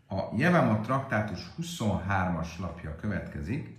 A Jevamot traktátus 23-as lapja következik,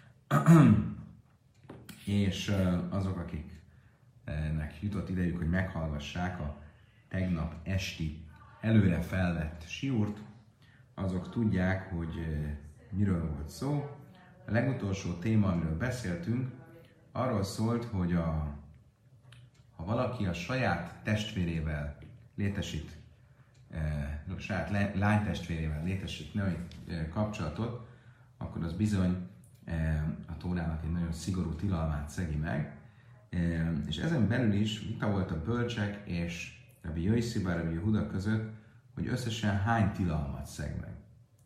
és azok, akiknek jutott idejük, hogy meghallgassák a tegnap esti előre felvett siúrt, azok tudják, hogy miről volt szó. A legutolsó téma, amiről beszéltünk, arról szólt, hogy ha valaki a saját testvérével létesít, a saját lánytestvérével létesít női kapcsolatot, akkor az bizony a Tórának egy nagyon szigorú tilalmát szegi meg, és ezen belül is vita volt a bölcsek és Rabbi Yossi bar Rabbi Yehuda között, hogy összesen hány tilalmat szeg meg.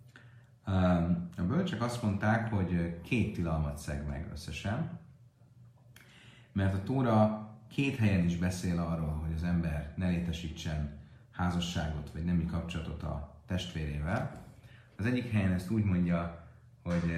A bölcsek azt mondták, hogy 2 tilalmat szeg meg összesen, mert a Tóra 2 helyen is beszél arról, hogy az ember ne létesítsen házasságot vagy nemi kapcsolatot a testvérével. Az egyik helyen ezt úgy mondja, hogy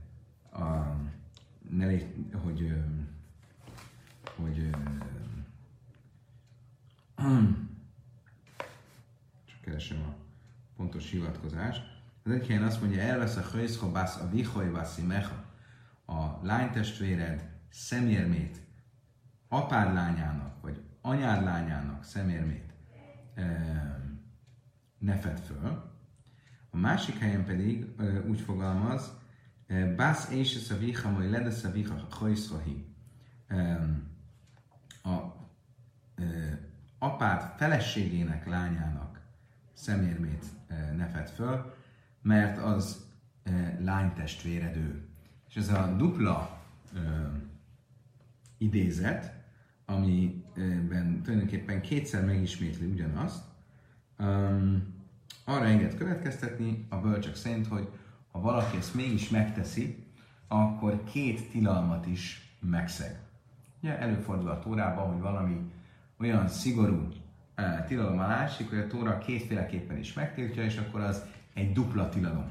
csak keresem a pontos hivatkozást. Az egyik helyen azt mondja, elvesz a hőszhobász a vihajvászi meha, a lánytestvéred szemérmét apád lányának, vagy anyád lányának szemérmét ne fedd föl. A másik helyen pedig úgy fogalmaz, bász és a szavíha, majd ledesz a viha hajszhahi. A apád feleségének lányának szemérmét ne fedd föl, mert az lánytestvéred ő. És ez a dupla idézet, amiben tulajdonképpen 2-szer megismétli ugyanazt, arra enged következtetni a bölcsek szerint, hogy ha valaki ezt mégis megteszi, akkor 2 tilalmat is megszeg. Ugye előfordul a Tórában, hogy valami olyan szigorú tilalom alá esik, hogy a Tóra 2-féleképpen is megtiltja, és akkor az egy dupla tilalom.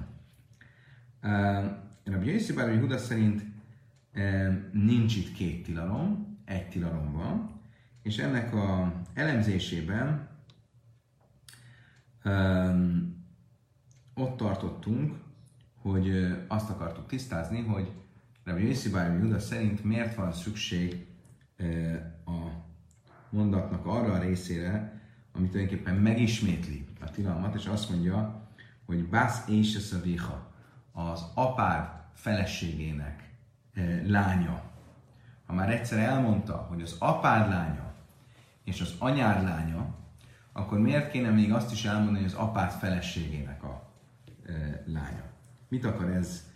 Rabbi Yossi bar Rabbi Yehuda szerint nincs itt 2 tilalom, 1 tilalom van, és ennek a elemzésében ott tartottunk, hogy azt akartuk tisztázni, hogy Rabbi Yossi bar Rabbi Yehuda szerint miért van szükség a mondatnak arra a részére, ami tulajdonképpen megismétli a tilalmat, és azt mondja, hogy bász és a szavíha, az apád feleségének lánya. Ha már egyszer elmondta, hogy az apád lánya és az anyád lánya, akkor miért kéne még azt is elmondani, hogy az apád feleségének a lánya? Mit akar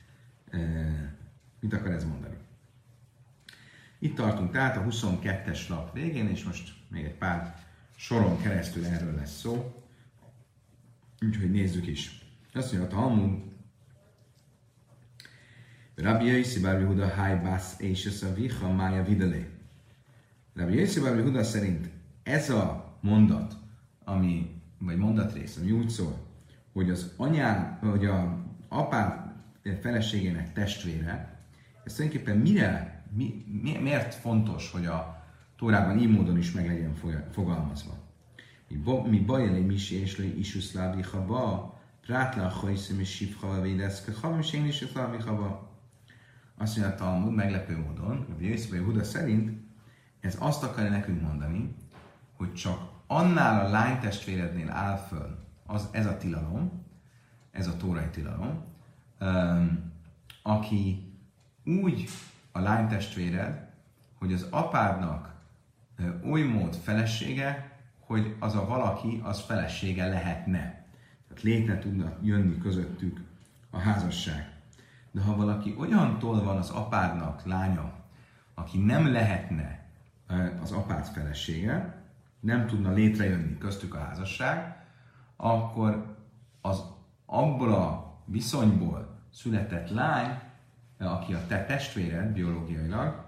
ez mondani? Itt tartunk tehát a 22-es lap végén, és most még egy pár soron keresztül erről lesz szó. Úgyhogy nézzük is. Azt mondja, a Talmud, Rabbi Yossi bar Yehuda háj bász és a szavíha mája videlé. Rabbi Yossi bar Yehuda szerint ez a mondat, vagy mondatrész, ami úgy szól, hogy az hogy a apád feleségének testvére, ez tulajdonképpen miért fontos, hogy a Tórában így módon is meg legyen fogalmazva. Mi bajjelé misi és lői isuszláviha ba, prátla hajszem és sivha védeszke, havim és én isuszláviha ba. Azt mondja a Talmud meglepő módon, Rabbi Yossi bar Yehuda szerint ez azt akarja nekünk mondani, hogy csak annál a lánytestvérednél áll föl ez a tilalom, ez a tórai tilalom, aki úgy a lánytestvéred, hogy az apádnak oly mód felesége, hogy az a valaki, az felesége lehetne. Tehát létre tudna jönni közöttük a házasság. De ha valaki olyantól van az apádnak lánya, aki nem lehetne az apád felesége, nem tudna létrejönni köztük a házasság, akkor az abból a viszonyból született lány, aki a te testvéred biológiailag,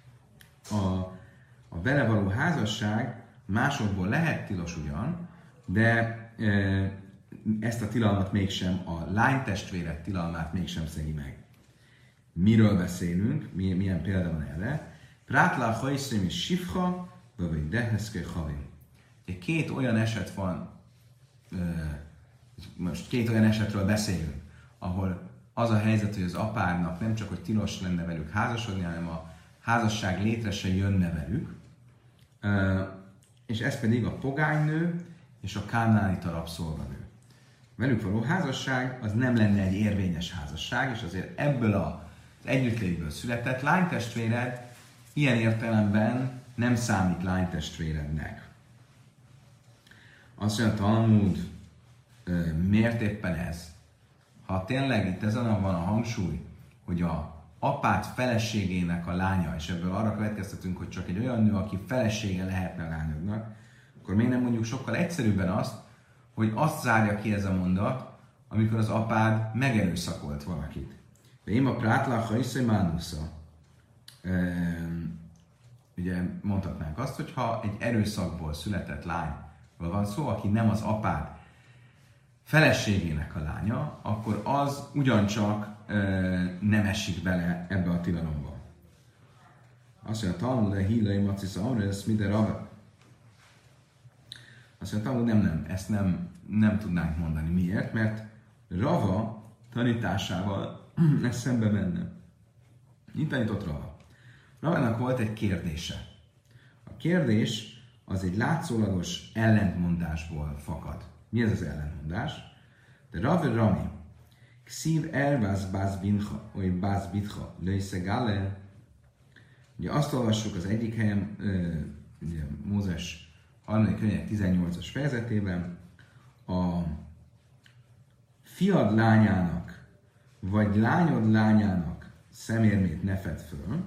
a vele való házasság másokból lehet tilos ugyan, de ezt a tilalmat mégsem, a lánytestvéred tilalmát mégsem szegi meg. Miről beszélünk? Milyen példa van erre? Prátla hajszém és sifha, vagy deheszke havim. 2 olyan eset van Most két olyan esetről beszélünk, ahol az a helyzet, hogy az apádnak nem csak, hogy tilos lenne velük házasodni, hanem a házasság létre se jönne velük, és ez pedig a pogánynő és a kánaánita rabszolganő. Velük való házasság az nem lenne egy érvényes házasság, és azért ebből az együttlétből született lánytestvéred ilyen értelemben nem számít lánytestvérednek. Azt mondja, Talmud, miért éppen ez? Ha tényleg itt ezen van a hangsúly, hogy a apád feleségének a lánya, és ebből arra következtetünk, hogy csak egy olyan nő, aki felesége lehetne a lányodnak, akkor miért nem mondjuk sokkal egyszerűbben azt, hogy azt zárja ki ez a mondat, amikor az apád megerőszakolt valakit. De én a prátláha iszai mánusza. Ugye mondhatnánk azt, hogy ha egy erőszakból született lányról van szó, aki nem az apád feleségének a lánya, akkor az ugyancsak nem esik bele ebbe a tilalomba. Azt mondja, Talmud, de hílai macisza amresz, mide rava. Azt mondja, Talmud, nem, ezt nem tudnánk mondani. Miért? Mert Rava tanításával ez szembe menne. Itt tanított Rava. Ravának volt egy kérdése. A kérdés az egy látszólagos ellentmondásból fakad. Mi ez az ellentmondás? De Rav Rami, Xiv Ervász Bász Bincha, vagy Bász Bitcha, Löjsze Gale. Ugye azt olvassuk az egyik helyen, ugye Mózes 3. könyvek 18-as fejezetében, a fiad lányának, vagy lányod lányának szemérmét ne fedd föl,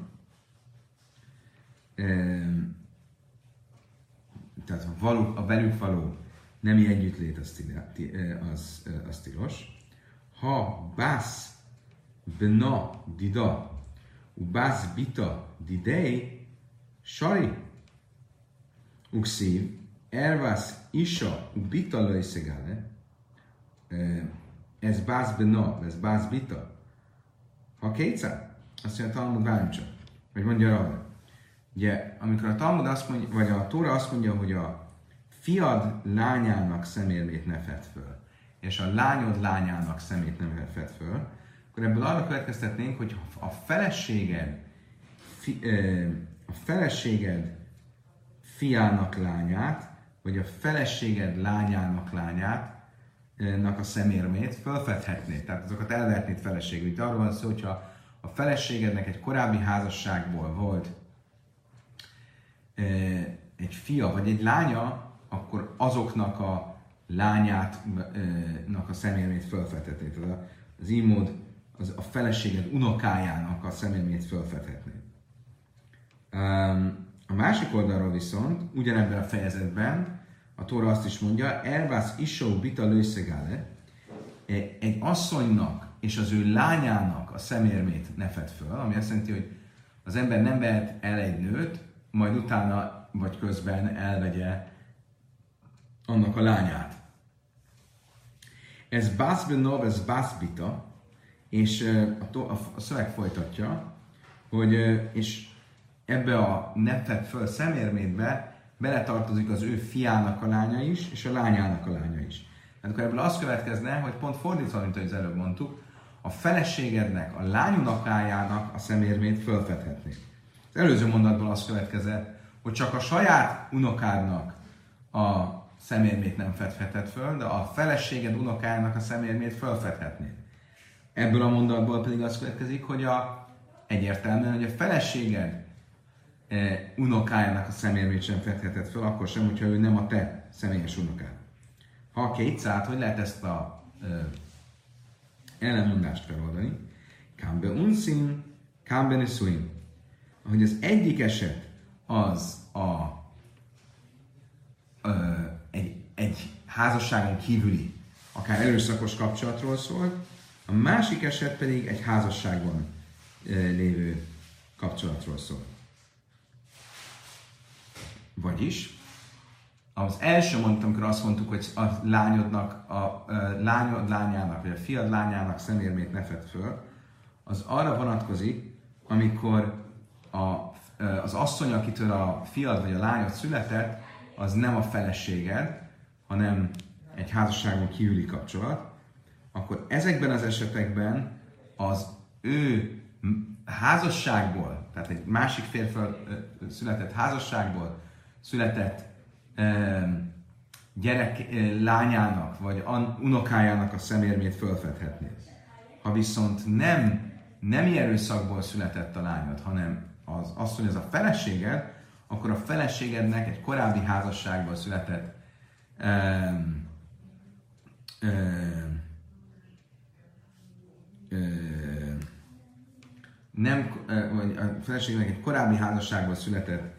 tehát a velük való nemi együttlét az tilos. Ha bász bna dida, bász bita didei, sari, ukszív, ervász isa, bita löjszegale, ez bász bna, ez bász bita. Ha kétszer, azt mondja, Talmud, várjunk csak, vagy mondja arra. Ugye, amikor a Talmud azt mondja, vagy a Tóra azt mondja, hogy a fiad lányának szemérmét ne fedd föl, és a lányod lányának szemét nem fedd föl, akkor ebből arra következtetnénk, hogy a feleséged fiának lányát, vagy a feleséged lányának lányának a szemérmét fölfedhetnéd, tehát azokat elvehetnéd feleségül. Itt arról van szó, hogyha a feleségednek egy korábbi házasságból volt egy fia vagy egy lánya, akkor azoknak a lányátnak a szemérmét fölfedhetnéd. Az így mód a feleséged unokájának a szemérmét fölfedhetnéd. A másik oldalról viszont, ugyanebben a fejezetben a Tóra azt is mondja, Ervász isó bita lőszegále, egy asszonynak és az ő lányának a szemérmét ne fedd föl, ami azt jelenti, hogy az ember nem vehet el egy nőt, majd utána vagy közben elvegye annak a lányát. Ez bászbenov, ez bászbita, és a szöveg folytatja, hogy és ebbe a ne fedd föl szemérmétbe beletartozik az ő fiának a lánya is, és a lányának a lánya is. Tehát akkor ebből az következne, hogy pont fordítva, mint ahogy az előbb mondtuk, a feleségednek, a lányunokájának a szemérmét fölfedhetnék. Az előző mondatból az következett, hogy csak a saját unokádnak a szemérmét nem fedheted föl, de a feleséged unokájának a szemérmét fölfedhetnéd. Ebből a mondatból pedig az következik, hogy egyértelműen, hogy a feleséged unokájának a szemérmét sem fedheted föl, akkor sem, hogyha ő nem a te személyes unokád. Ha kétszállt, hogy lehet ezt a ellenmondást feloldani? Kámbe unszin, kámbe neszuin. Ahogy az egyik eset az egy házasságon kívüli, akár erőszakos kapcsolatról szól, a másik eset pedig egy házasságban lévő kapcsolatról szól. Vagyis, az első mondat, amikor azt mondtuk, hogy a lányodnak, a lányod lányának, vagy a fiad lányának szemérmét ne fedd föl, az arra vonatkozik, amikor az asszony, akitől a fiad vagy a lányod született, az nem a feleséged, hanem egy házasságon kívüli kapcsolat, akkor ezekben az esetekben az ő házasságból, tehát egy másik férfival született házasságból született gyerek lányának, vagy unokájának a szemérmét fölfedhetné. Ha viszont nem erőszakból született a lányod, hanem az asszony, az a feleséged, akkor a feleségednek egy korábbi házasságból született vagy a feleségnek egy korábbi házasságból született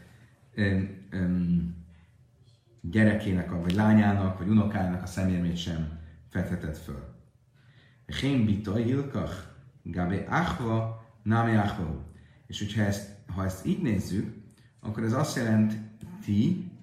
gyerekének, vagy lányának, vagy unokájának a szemérmét sem fedhetett föl. Hén bita hilkach gabe achva nami achva. És hogyha ha ezt így nézzük, akkor ez azt jelenti,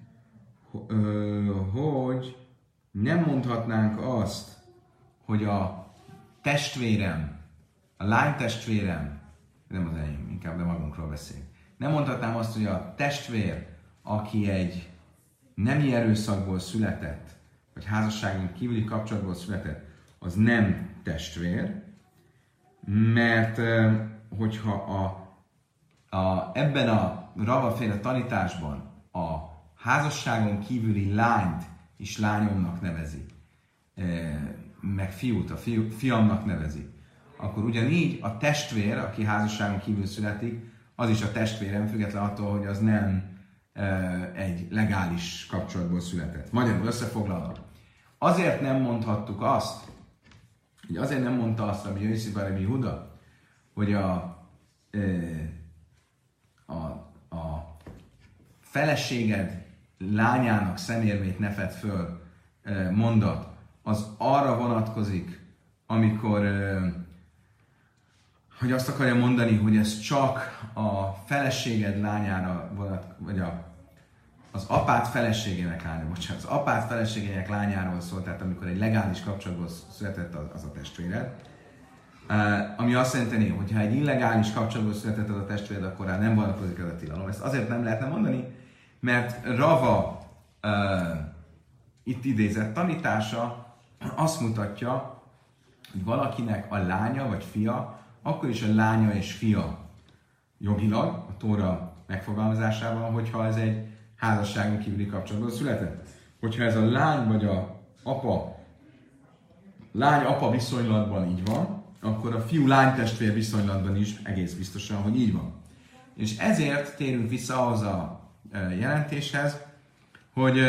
hogy nem mondhatnánk azt, hogy a testvérem, a lánytestvérem, nem az enyém, inkább de magunkról beszélünk. Nem mondhatnám azt, hogy a testvér, aki egy nemi erőszakból született, vagy házasságon kívüli kapcsolatból született, az nem testvér, mert hogyha ebben a Rava-féle tanításban a házasságon kívüli lányt is lányomnak nevezi, meg fiút a fiamnak nevezi, akkor ugyanígy a testvér, aki házasságon kívül születik, az is a testvérem, független attól, hogy az nem egy legális kapcsolatból született. Magyarul összefoglalva. Azért nem mondhattuk azt, hogy azért nem mondta azt, ami Jöjszi Barabi Huda, hogy a feleséged lányának szemérmét ne fedd föl mondat, az arra vonatkozik, amikor hogy azt akarja mondani, hogy ez csak a feleséged lányára vagy az apád feleségének lánya, bocsánat, az apád feleségének lányáról szól, tehát amikor egy legális kapcsolatból született az a testvéred, ami azt jelenti, hogy ha egy illegális kapcsolatból született az a testvéred, akkor rá nem vonatkozik ez a tilalom. Ezt azért nem lehetne mondani, mert Rava itt idézett tanítása azt mutatja, hogy valakinek a lánya vagy fia, akkor is a lánya és fia jogilag, a Tóra megfogalmazásában, hogyha ez egy házasságon kívüli kapcsolatban született. Hogyha ez a lány vagy a lány-apa viszonylatban így van, akkor a fiú-lánytestvér viszonylatban is egész biztosan, hogy így van. És ezért térünk vissza ahhoz a jelentéshez, hogy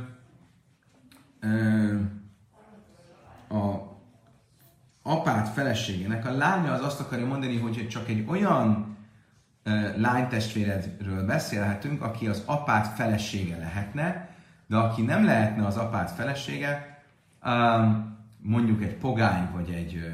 a apád feleségének a lánya az azt akarja mondani, hogy csak egy olyan lánytestvéredről beszélhetünk, aki az apád felesége lehetne, de aki nem lehetne az apád felesége, mondjuk egy pogány, vagy egy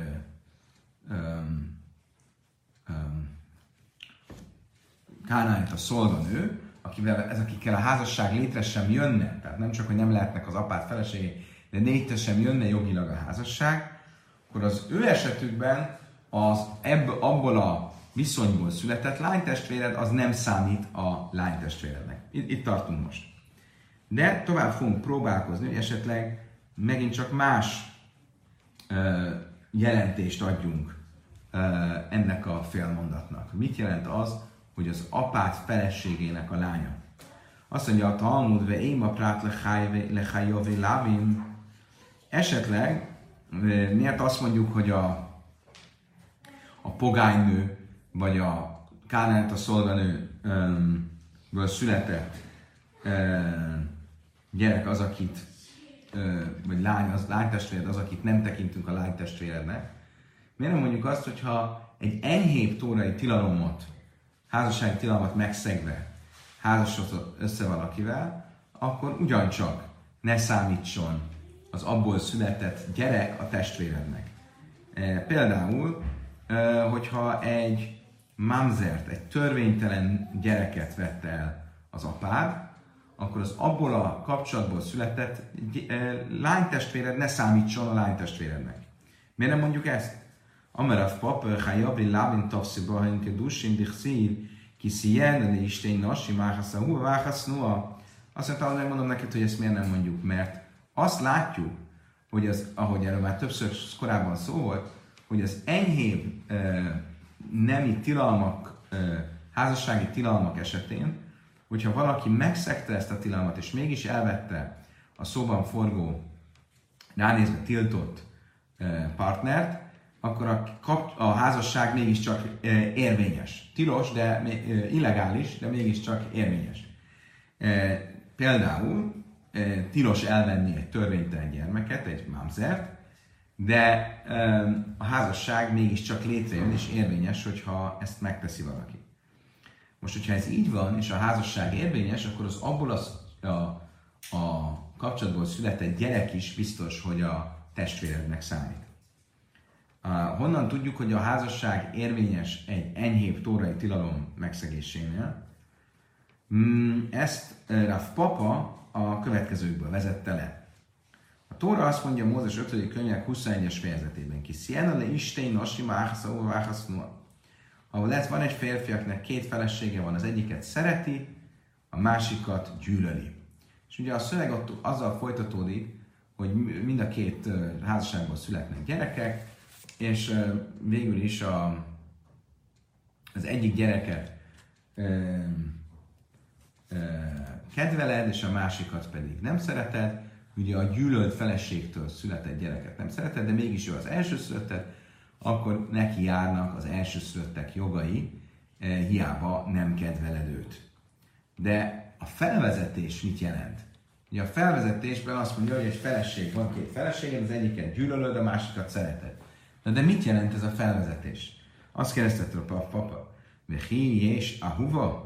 kánaánita szolganő, akikkel a házasság létre sem jönne, tehát nem csak, hogy nem lehetnek az apád feleségé, de létre sem jönne jogilag a házasság, akkor az ő esetükben abból a viszonyból született lánytestvéred az nem számít a lánytestvérednek. Itt tartunk most. De tovább fogunk próbálkozni, hogy esetleg megint csak más jelentést adjunk ennek a félmondatnak. Mit jelent az, hogy az apád feleségének a lánya? Azt mondja a Talmud, ve éma prát lechajové lábim. Esetleg miért azt mondjuk, hogy a pogánynő, vagy a kánaánita szolganőből született gyerek az, akit, vagy lánytestvéred az, akit nem tekintünk a lánytestvérednek. Miért nem mondjuk azt, hogyha egy enyhébb tórai tilalomot, házassági tilalmat megszegve házasodott össze valakivel, akkor ugyancsak ne számítson az abból született gyerek a testvérednek. Például, hogyha egy mamzert, egy törvénytelen gyereket vett el az apád, akkor az abból a kapcsolatból született lánytestvéred ne számítson a lánytestvérednek. Miért nem mondjuk ezt? Amarav pap, hajabri lábin tavszibahin kedushin dichszív, kiszien, de istén nasi, máhaszahú, váhasznua. Azt mondta, hogy mondom neked, hogy ezt miért nem mondjuk, mert azt látjuk, hogy ahogy erről már többször korábban szó volt, hogy az enyhébb nemi tilalmak, házassági tilalmak esetén, hogyha valaki megszegte ezt a tilalmat, és mégis elvette a szóban forgó, ránézve tiltott partnert, akkor a házasság mégiscsak érvényes. Tilos, de illegális, de mégiscsak érvényes. Például tilos elvenni egy törvénytelen gyermeket, egy mamzert, de a házasság mégiscsak létrejön és érvényes, hogyha ezt megteszi valaki. Most, hogyha ez így van, és a házasság érvényes, akkor az abból a kapcsolatból született gyerek is biztos, hogy a testvérednek számít. Honnan tudjuk, hogy a házasság érvényes egy enyhébb tórai tilalom megszegésénél? Ezt Rav Papa a következőkből vezette le. A Tóra azt mondja Mózes 5. könyvének 21-es fejezetében ki. Sziena le Istein Nasima Áhaszau Váhasznua. Ahol van egy férfi, akinek két felesége van, az egyiket szereti, a másikat gyűlöli. És ugye a szöveg azzal folytatódik, hogy mind a két házasságból születnek gyerekek, és végül is az egyik gyereket kedveled, és a másikat pedig nem szereted. Ugye a gyűlölt feleségtől született gyereket nem szereted, de mégis ő az elsőszülöttet, akkor neki járnak az elsőszülöttek jogai, hiába nem kedveled őt. De a felvezetés mit jelent? Ugye a felvezetésben azt mondja, hogy egy feleség, van két feleséged, az egyiket gyűlölöd, a másikat szereted. Na de mit jelent ez a felvezetés? Azt kérdezte a papa, Vehi és Ahuva?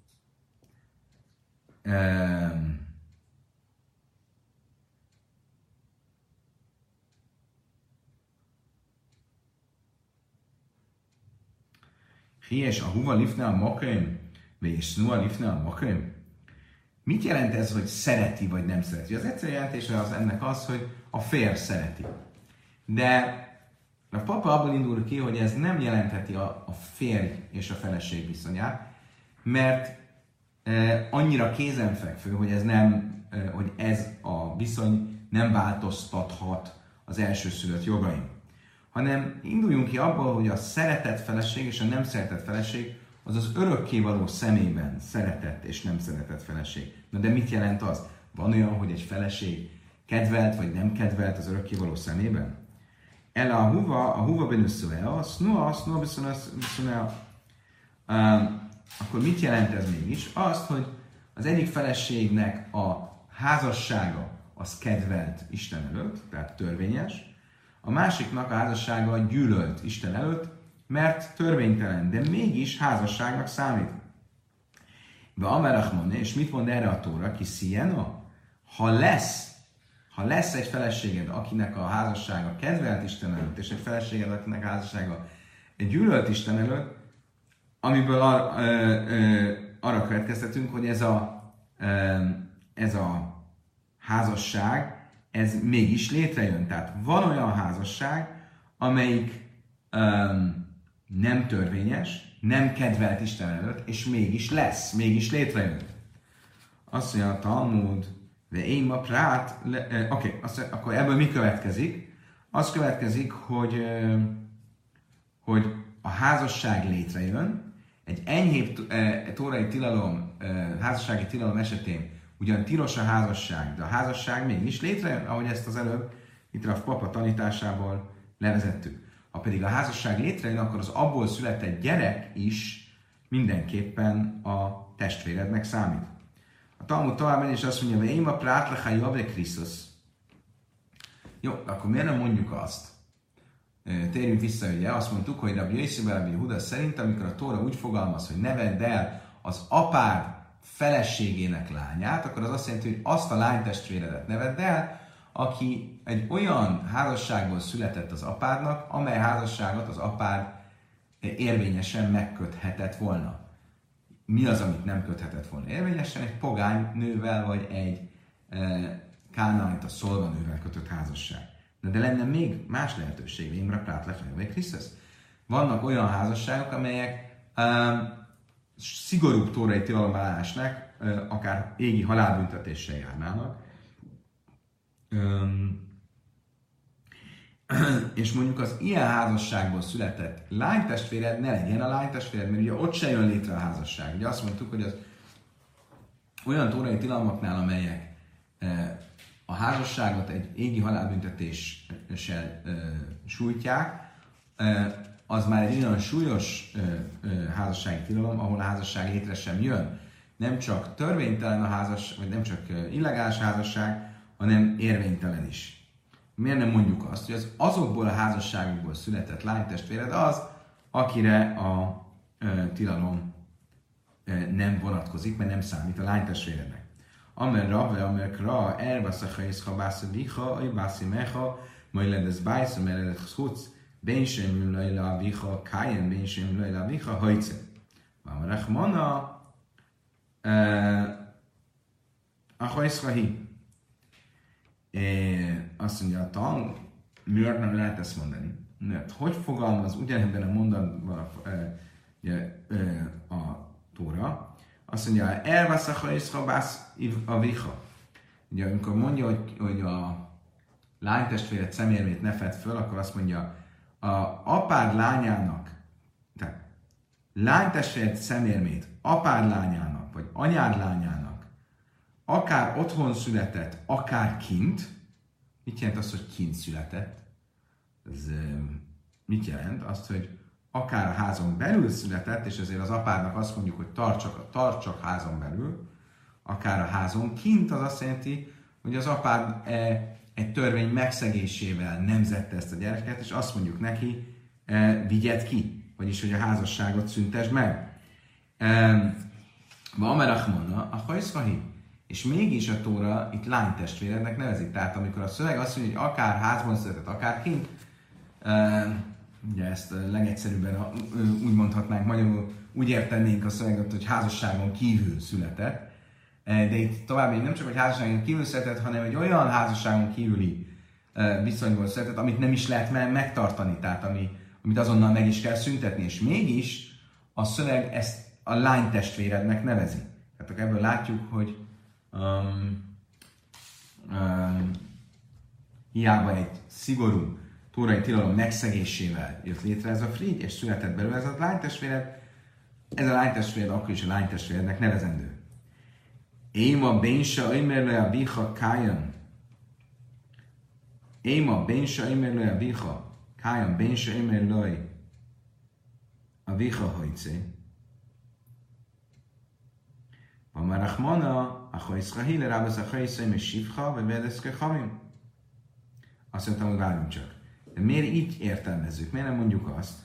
És a huva lifne a maköm, és snua lifne a maköm. Mit jelent ez, hogy szereti vagy nem szereti? Az egyszerű jelentése az ennek az, hogy a férj szereti. De a papa abból indul ki, hogy ez nem jelentheti a férj és a feleség viszonyát, mert annyira kézenfekvő, hogy ez a viszony nem változtathat az elsőszülött jogain. Hanem induljunk ki abból, hogy a szeretett feleség és a nem szeretett feleség az az örökkévaló szemében szeretett és nem szeretett feleség. Na de mit jelent az? Van olyan, hogy egy feleség kedvelt vagy nem kedvelt az örökkévaló szemében? Ela a huva benüsszöea, a snua benüsszöea. Akkor mit jelent ez mégis? Azt, hogy az egyik feleségnek a házassága az kedvelt Isten előtt, tehát törvényes, a másiknak a házassága gyűlölt Isten előtt, mert törvénytelen, de mégis házasságnak számít. De Amerachmane, és mit mond erre a Tóra? Ki Siena? Ha lesz egy feleséged, akinek a házassága kedvelt Isten előtt, és egy feleséged, akinek a házassága gyűlölt Isten előtt, amiből arra következtetünk, hogy ez a házasság, ez mégis létrejön. Tehát van olyan házasság, amelyik nem törvényes, nem kedvelt Isten előtt, és mégis lesz, mégis létrejön. Azt mondja a Talmud, de én ma prát, akkor ebből mi következik? Az következik, hogy a házasság létrejön, egy enyhébb tórai tilalom, házassági tilalom esetén ugyan tilos a házasság, de a házasság mégis létrejön, ahogy ezt az előbb itt a papa tanításából levezettük. Ha pedig a házasság létrejön, akkor az abból született gyerek is mindenképpen a testvérednek számít. A Talmud tovább megy, és azt mondja, hogy én a prátlecha javre Krisztus. Jó, akkor miért nem mondjuk azt? Térjünk vissza, ugye azt mondtuk, hogy Rabbi Yossi Rabbi Huda szerint, amikor a Tóra úgy fogalmaz, hogy ne vedd el az apád feleségének lányát, akkor az azt jelenti, hogy azt a lánytestvéredet ne vedd el, aki egy olyan házasságból született az apádnak, amely házasságot az apád érvényesen megköthetett volna. Mi az, amit nem köthetett volna érvényesen? Egy pogány nővel, vagy egy kánaanita szolganővel kötött házasság. De lenne még más lehetőség, Imra Prát Lefeje vagy Krisztus. Vannak olyan házasságok, amelyek szigorúbb tórai tilalom alá esnek, akár égi halálbüntetéssel járnának. és mondjuk az ilyen házasságból született lánytestvéred ne legyen a lánytestvéred, mert ugye ott se jön létre a házasság. Ugye azt mondtuk, hogy az olyan tórai tilalmaknál, amelyek a házasságot egy égi halálbüntetéssel sújtják, az már egy olyan súlyos házassági tilalom, ahol a házasság létre sem jön. Nem csak törvénytelen a házasság, vagy nem csak illegális házasság, hanem érvénytelen is. Miért nem mondjuk azt, hogy azokból a házasságokból született lánytestvéred az, akire a tilalom nem vonatkozik, mert nem számít a lánytestvérednek. Amer rave, amer kra, ervaszacha iszha básza vicha, aj bászi mecha, majd ledesz bájsz, amer ledesz schutz, ben sem lajla vicha, kájen ben sem lajla vicha, hajce. Vám rachmana, a hajszkahi. Azt mondja a tan, miért nem lehet ezt mondani? Mert hogy fogalmaz ugyanebben a mondatban a Tóra? Azt mondja, elvaszacha és habász a viha. Ugye, amikor mondja, hogy a lánytestvéred szemérmét ne fedd föl, akkor azt mondja, a apád lányának, tehát lánytestvéred szemérmét apád lányának, vagy anyád lányának, akár otthon született, akár kint. Mit jelent az, hogy kint született? Ez mit jelent? Azt, hogy akár a házon belül született, és ezért az apádnak azt mondjuk, hogy tarts csak házon belül, akár a házon kint, az azt jelenti, hogy az apád egy törvény megszegésével nemzette ezt a gyereket, és azt mondjuk neki, vigyed ki, vagyis, hogy a házasságot szüntesd meg. Vamerachmona, a hajszvahi. És mégis a Tóra itt lánytestvérednek nevezik. Tehát amikor a szöveg azt mondja, hogy akár házban született, akár kint, ugye ezt legegyszerűbben úgy mondhatnánk magyarul, úgy értenénk a szöveget, hogy házasságon kívül született. De itt tovább nem csak, hogy házasságon kívül született, hanem egy olyan házasságon kívüli viszonyból született, amit nem is lehet megtartani, tehát amit azonnal meg is kell szüntetni. És mégis a szöveg ezt a lánytestvérednek nevezi. Tehát ebből látjuk, hogy hiába egy szigorú tórai tilalom megszegésével jött létre ez a frigy, és született belőle ez a lánytestvéred, ez a lánytestvéred akkor is a lánytestvérednek nevezendő. Éma bénsa öjmerle a viha kájan. Éma bénsa öjmerle a viha kájan, bénsa öjmerle a viha hajcé. Vamarachmana, a hajszkahile, rábasz a hajszai, és sivha, vagy vedeszke hamim. Azt mondtam, hogy várjunk csak. De miért így értelmezzük? Miért nem mondjuk azt?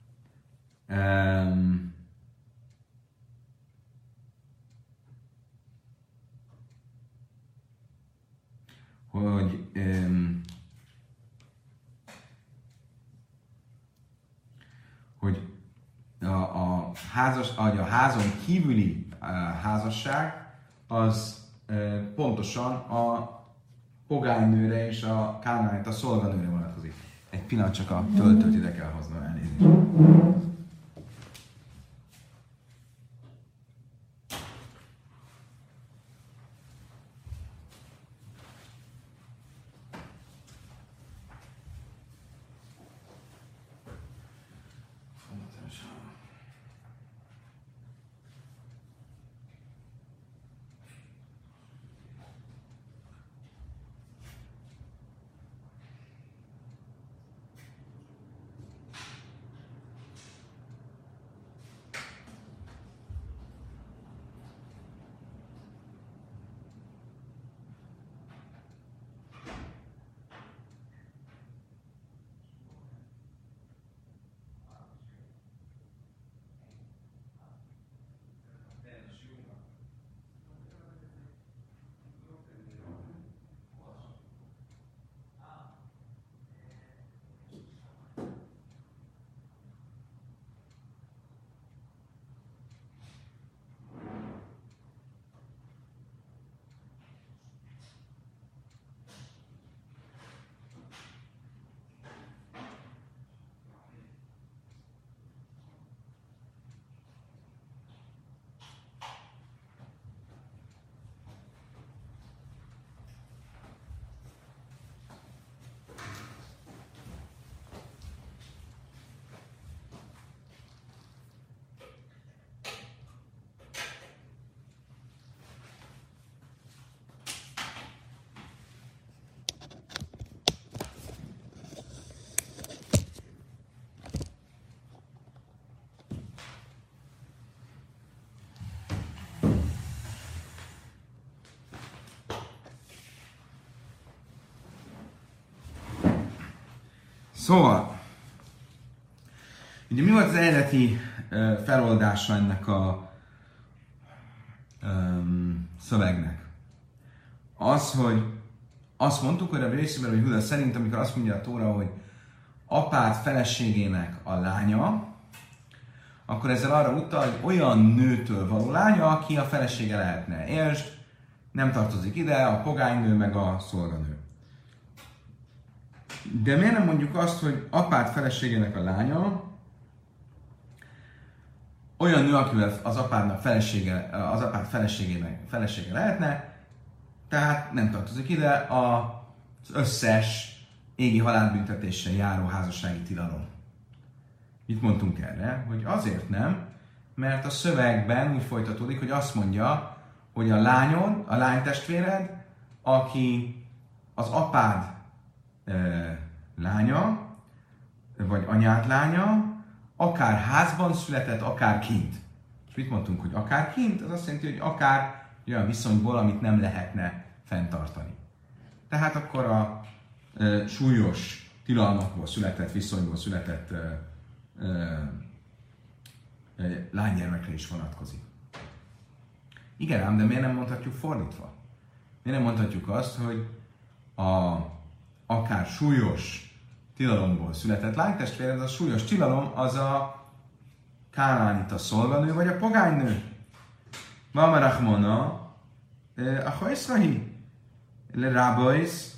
Hogy a házon kívüli házasság az pontosan a pogánynőre és a kánaánit, a szolganőre vonatkozik. Egy pillanat, csak a töltőt ide kell hoznom, elnézést. Szóval, ugye mi volt az eredeti feloldása ennek a szövegnek? Az, hogy azt mondtuk, hogy a Bésziből, hogy Huda szerint, amikor azt mondja a Tóra, hogy apád feleségének a lánya, akkor ezzel arra utal, hogy olyan nőtől való lánya, aki a felesége lehetne. Értsd, nem tartozik ide a pogánynő meg a szolganő. De miért nem mondjuk azt, hogy apád feleségének a lánya olyan nő, akivel az apád felesége lehetne, tehát nem tartozik ide az összes égi halálbüntetéssel járó házassági tilalom. Mit mondtunk erre? Hogy azért nem, mert a szövegben úgy folytatódik, hogy azt mondja, hogy a lányod, a lánytestvéred, aki az apád lánya, vagy anyád lánya, akár házban született, akár kint. És mit mondtunk, hogy akár kint? Az azt jelenti, hogy akár olyan viszonyból, amit nem lehetne fenntartani. Tehát akkor a súlyos tilalmakból született, viszonyból született lánygyermekre is vonatkozik. Igen ám, de miért nem mondhatjuk fordítva? Miért nem mondhatjuk azt, hogy akár súlyos tilalomból született lánytestvéred, a súlyos tilalom az a kánánita szolganő vagy a pogánynő. Vamarachmona, a hajszrahi, le rábajsz,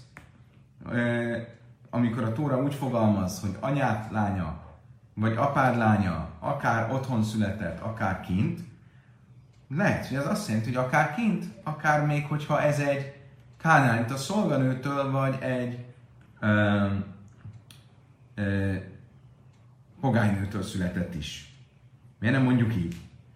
amikor a Tóra úgy fogalmaz, hogy anyád lánya, vagy apád lánya, akár otthon született, akár kint, lehet, hogy ez azt jelenti, hogy akár kint, akár még, hogyha ez egy kánánita szolganőtől, vagy egy pogánynőtől született is. Miért nem mondjuk így?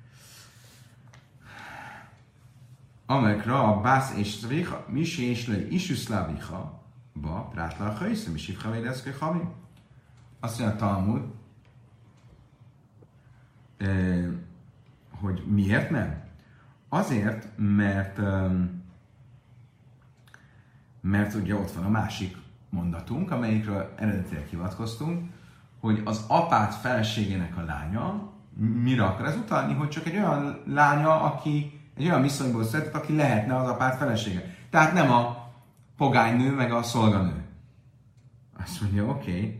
Amelyekre a bász és szvicha, mi se és le isüszlávicha, ba, prátla a hajszem, és hívha védeszke havi. Azt mondja a Talmud, hogy miért nem? Azért, mert ugye ott van a másik mondatunk, amelyikről eredetileg hivatkoztunk, hogy az apád feleségének a lánya, mire akar ez utalni, hogy csak egy olyan lánya, aki egy olyan viszonyból született, aki lehetne az apád felesége. Tehát nem a pogánynő, meg a szolganő. Azt mondja, oké,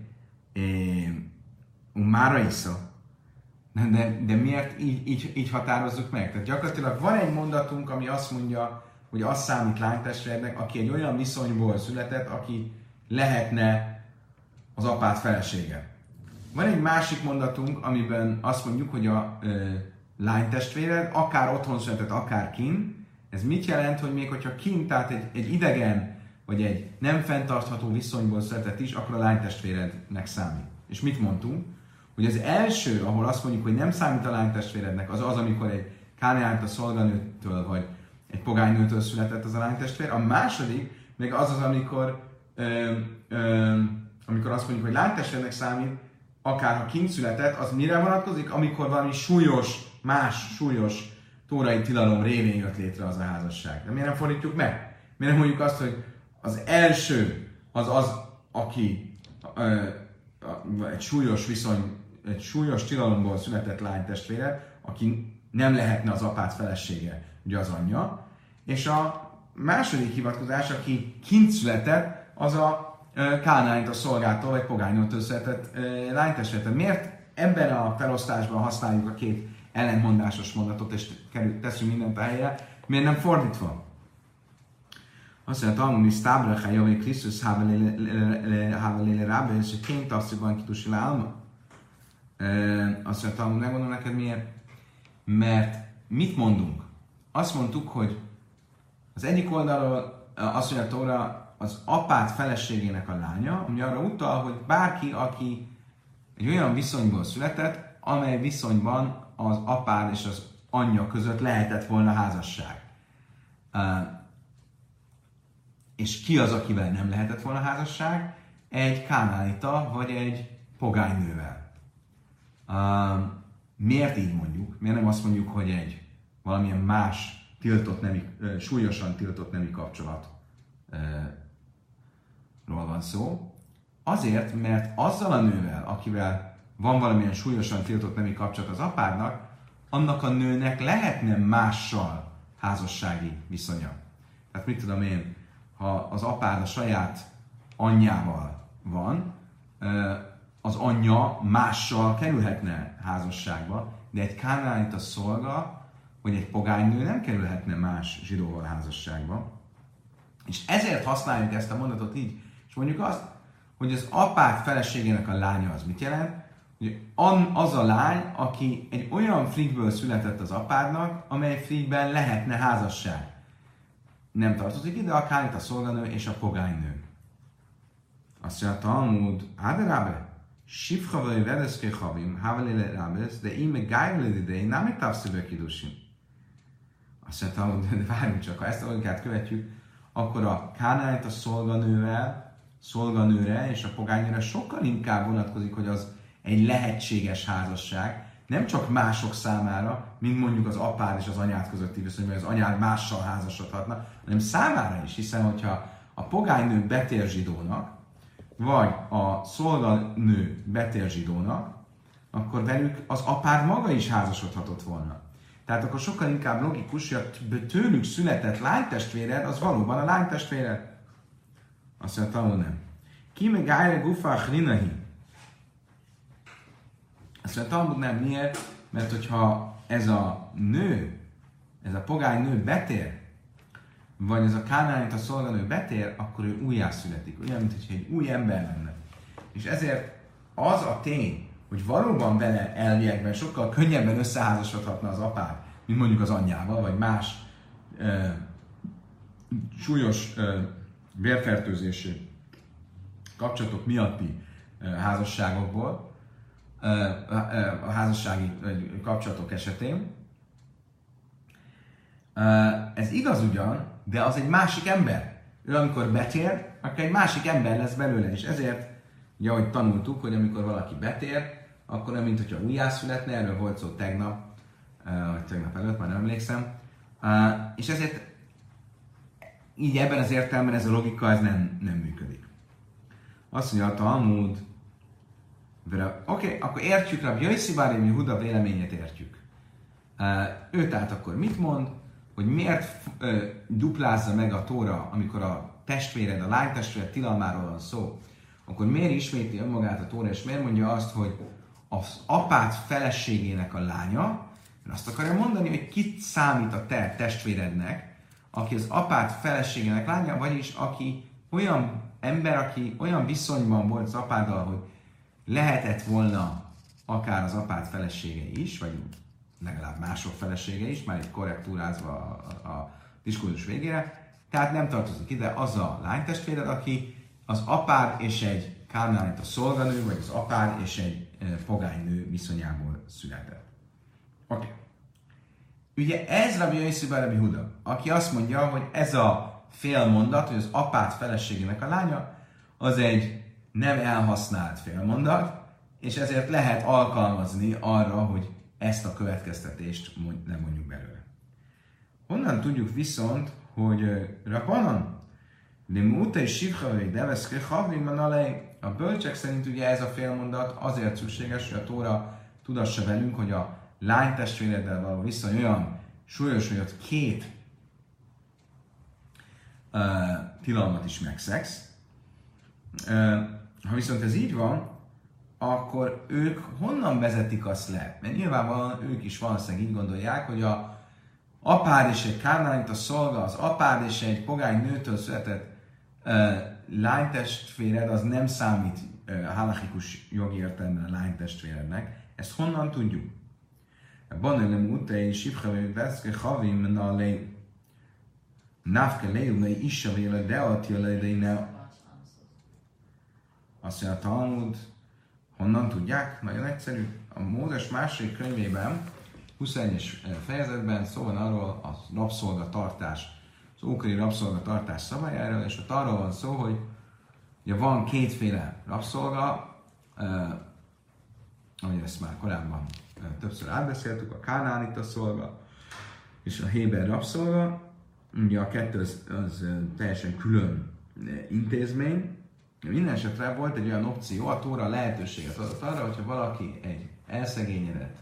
mára isza. De miért így határozzuk meg? Tehát gyakorlatilag van egy mondatunk, ami azt mondja, hogy az számít lánytestvérnek, aki egy olyan viszonyból született, aki lehetne az apád felesége. Van egy másik mondatunk, amiben azt mondjuk, hogy a lánytestvéred akár otthon született, akár kint. Ez mit jelent, hogy még hogyha kint, tehát egy idegen, vagy egy nem fenntartható viszonyból született is, akkor a lánytestvérednek számít. És mit mondtunk? Hogy az első, ahol azt mondjuk, hogy nem számít a lánytestvérednek, az az, amikor egy kánánita szolganőtől, vagy egy pogánynőtől született az a lánytestvér. A második, meg az az, amikor azt mondjuk, hogy lánytestvérnek számít, akár ha kint született, az mire vonatkozik? Amikor valami más súlyos tórai tilalom révén jött létre az a házasság. De miért nem fordítjuk meg? Miért nem mondjuk azt, hogy az első az, aki egy súlyos tilalomból született lánytestvére, aki nem lehetne az apád felesége, ugye az anyja, és a második hivatkozás, aki kint született, az a kánánita szolgától, vagy pogánynőtől született lánytestvére. Miért ebben a felosztásban használjuk a két ellentmondásos mondatot, és teszünk mindent a helyre? Miért nem fordítva? Azt mondja, Talmud is tábra, hogy Krisztus háveléle rába, és ként asszonyban kitusi álma. Azt mondja, Talmud, megmondom neked miért? Mert mit mondunk? Azt mondtuk, hogy az egyik oldalról azt mondja a Tóra, az apád feleségének a lánya, ami arra utal, hogy bárki, aki egy olyan viszonyból született, amely viszonyban az apád és az anyja között lehetett volna házasság. És ki az, akivel nem lehetett volna házasság? Egy kánánita, vagy egy pogánynővel. Miért így mondjuk? Miért nem azt mondjuk, hogy egy valamilyen más súlyosan tiltott nemi kapcsolatról van szó? Azért, mert azzal a nővel, akivel van valamilyen súlyosan tiltott nemi kapcsolat az apádnak, annak a nőnek lehetne mással házassági viszonya. Tehát mit tudom én, ha az apád a saját anyjával van, az anyja mással kerülhetne házasságba, de egy kánaánita szolga, vagy egy pogánynő nem kerülhetne más zsidóval házasságba. És ezért használjuk ezt a mondatot így, és mondjuk azt, hogy az apád feleségének a lánya az mit jelent? Hogy az a lány, aki egy olyan frigből született az apádnak, amely frigben lehetne házasság. Nem tartozik ide a kánita szolganő és a pogánynő. Azt mondja, Talmud, Áderábe, Sifchavai Vedeszké Havim, Havelele Rábesz, de íme gájveled idei, nem távszívő kidusim. Azt mondja, Talmud, de várjunk csak, ha ezt a logikát követjük, akkor a kánaánita szolganőre és a pogánynőre sokkal inkább vonatkozik, hogy az egy lehetséges házasság, nem csak mások számára, mint mondjuk az apád és az anyád közötti viszony, vagy az anyád mással házasodhatna, hanem számára is, hiszen hogyha a pogánynő betér zsidónak, vagy a szolganő betér zsidónak, akkor velük az apád maga is házasodhatott volna. Tehát akkor sokkal inkább logikus, hogy a tőlük született lánytestvéred, az valóban a lánytestvéred. Azt mondja, Talmud nem. Ki meg ájra gufach rinahi. Azt mondja, Talmud nem. Miért? Mert hogyha ez a nő, ez a pogány nő betér, vagy ez a kánaánita szolganő betér, akkor ő újjászületik. Olyan, mint hogyha egy új ember lenne. És ezért az a tény, hogy valóban vele elviekben sokkal könnyebben összeházasodhatna az apád, mint mondjuk az anyjával, vagy más súlyos vérfertőzési kapcsolatok miatti házasságokból, a házassági kapcsolatok esetén. Ez igaz ugyan, de az egy másik ember. Ő amikor betér, akkor egy másik ember lesz belőle, és ezért, ugye ahogy tanultuk, hogy amikor valaki betér, akkor nem, mint hogyha újjászületne, erről volt szó tegnap, vagy tegnap előtt, már nem emlékszem, és ezért így ebben az értelemben ez a logika ez nem működik. Azt mondja, a Talmud, oké, akkor értjük Rabbi Yossi bar Yehuda véleményét értjük. Ő tehát akkor mit mond, hogy miért duplázza meg a Tóra, amikor a testvéred, a lánytestvéred tilalmáról van szó, akkor miért ismétli önmagát a Tóra, és miért mondja azt, hogy az apád feleségének a lánya, azt akarja mondani, hogy kit számít a te testvérednek, aki az apád feleségének lánya, vagyis aki olyan ember, aki olyan viszonyban volt az apáddal, hogy lehetett volna akár az apád felesége is, vagy legalább mások felesége is, már egy korrektúrázva a diskurzus végére. Tehát nem tartozik ide az a lánytestvéred, aki az apád és egy kánaánita szolganő, vagy az apád és egy pogánynő viszonyából született. Oké. Ugye ez Rabbi Yossi bar Yehuda, aki azt mondja, hogy ez a félmondat, hogy az apád feleségének a lánya, az egy nem elhasznált félmondat, és ezért lehet alkalmazni arra, hogy ezt a következtetést nem mondjuk belőle. Honnan tudjuk viszont, hogy Rabbanan, a bölcsek szerint ugye ez a félmondat azért szükséges, hogy a Tóra tudassa velünk, hogy a lánytestvéreddel való viszony olyan súlyos, hogy ott két tilalmat is megszegsz. Ha viszont ez így van, akkor ők honnan vezetik azt le? Mert nyilvánvalóan ők is valószínűleg így gondolják, hogy a apád és egy kánaánita szolga, az apád és egy pogány nőtől született lánytestvéred, az nem számít halachikus jogi értelemben a lánytestvérednek. Ezt honnan tudjuk? Banelem utei sifchavai veszke havim nalei nafke leilei issavéle deatja leilei. Azt mondja a Talmud, honnan tudják? Nagyon egyszerű. A Mózes második könyvében, 21-es fejezetben szó van arról a rabszolgatartás, az ókori rabszolgatartás szabályáról, és ott arról van szó, hogy ugye van kétféle rabszolga, ahogy ezt már korábban többször átbeszéltük, a kánaánita szolga és a héber rabszolga. Ugye a kettő az teljesen külön intézmény, Minden esetre volt egy olyan opció, a Tóra lehetőséget adott arra, hogyha valaki egy elszegényedett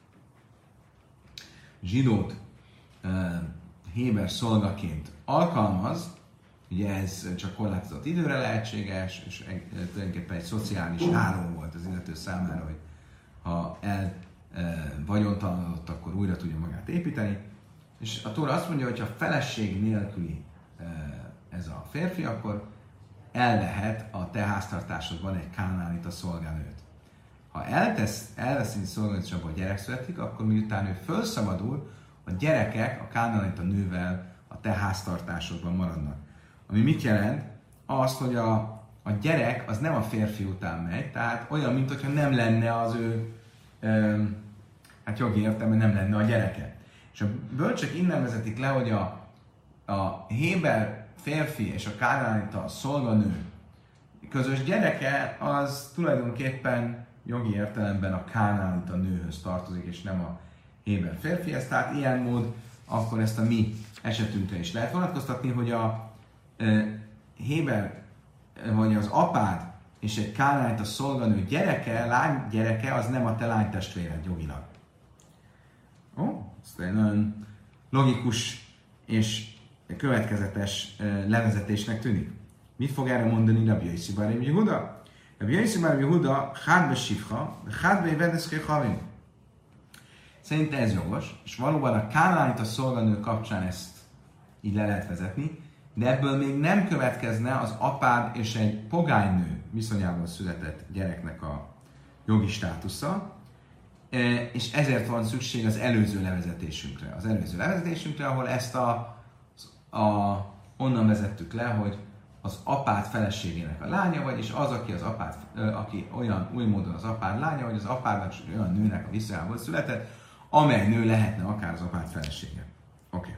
zsidót héber szolgaként alkalmaz, ugye ez csak korlátozott időre lehetséges, és tulajdonképpen egy szociális háló volt az illető számára, hogy ha vagyontalanodott, akkor újra tudja magát építeni. És a Tóra azt mondja, hogy ha feleség nélküli ez a férfi, akkor elvehet a te háztartásodban egy kánaánita szolgánőt. Ha elveszi szolgálót, és abban a gyerek születik, akkor miután ő felszabadul, a gyerekek a kánaánita nővel a te háztartásodban maradnak. Ami mit jelent? Azt, hogy a gyerek az nem a férfi után megy, tehát olyan, mintha nem lenne az ő, hát jogi értelemben nem lenne a gyereke. És a bölcsek innen vezetik le, hogy a héber férfi és a kánaánita szolganő közös gyereke az tulajdonképpen jogi értelemben a kánaánita nőhöz tartozik, és nem a héber férfihez. Tehát ilyen mód akkor ezt a mi esetünkre is lehet vonatkoztatni, hogy a héber, vagy az apád és egy kánaánita szolganő gyereke, lány gyereke, az nem a te lánytestvéred jogilag. Ez egy nagyon logikus és következetes levezetésnek tűnik. Mit fog erre mondani Rabbi Yossi bar Rabbi Yehuda? Rabbi Yossi bar Rabbi Yehuda chádbe sifcha, chádbe vedeszké havim. Szerinte ez jogos, és valóban a kánaánita szolganő kapcsán ezt így le lehet vezetni, de ebből még nem következne az apád és egy pogánynő viszonyából született gyereknek a jogi státusza, és ezért van szükség az előző levezetésünkre. Az előző levezetésünkre, ahol ezt onnan vezettük le, hogy az apád feleségének a lánya, vagyis az, aki olyan új módon az apád lánya, vagy az apádnak olyan nőnek a viszonyából született, amely nő lehetne akár az apád felesége. Oké.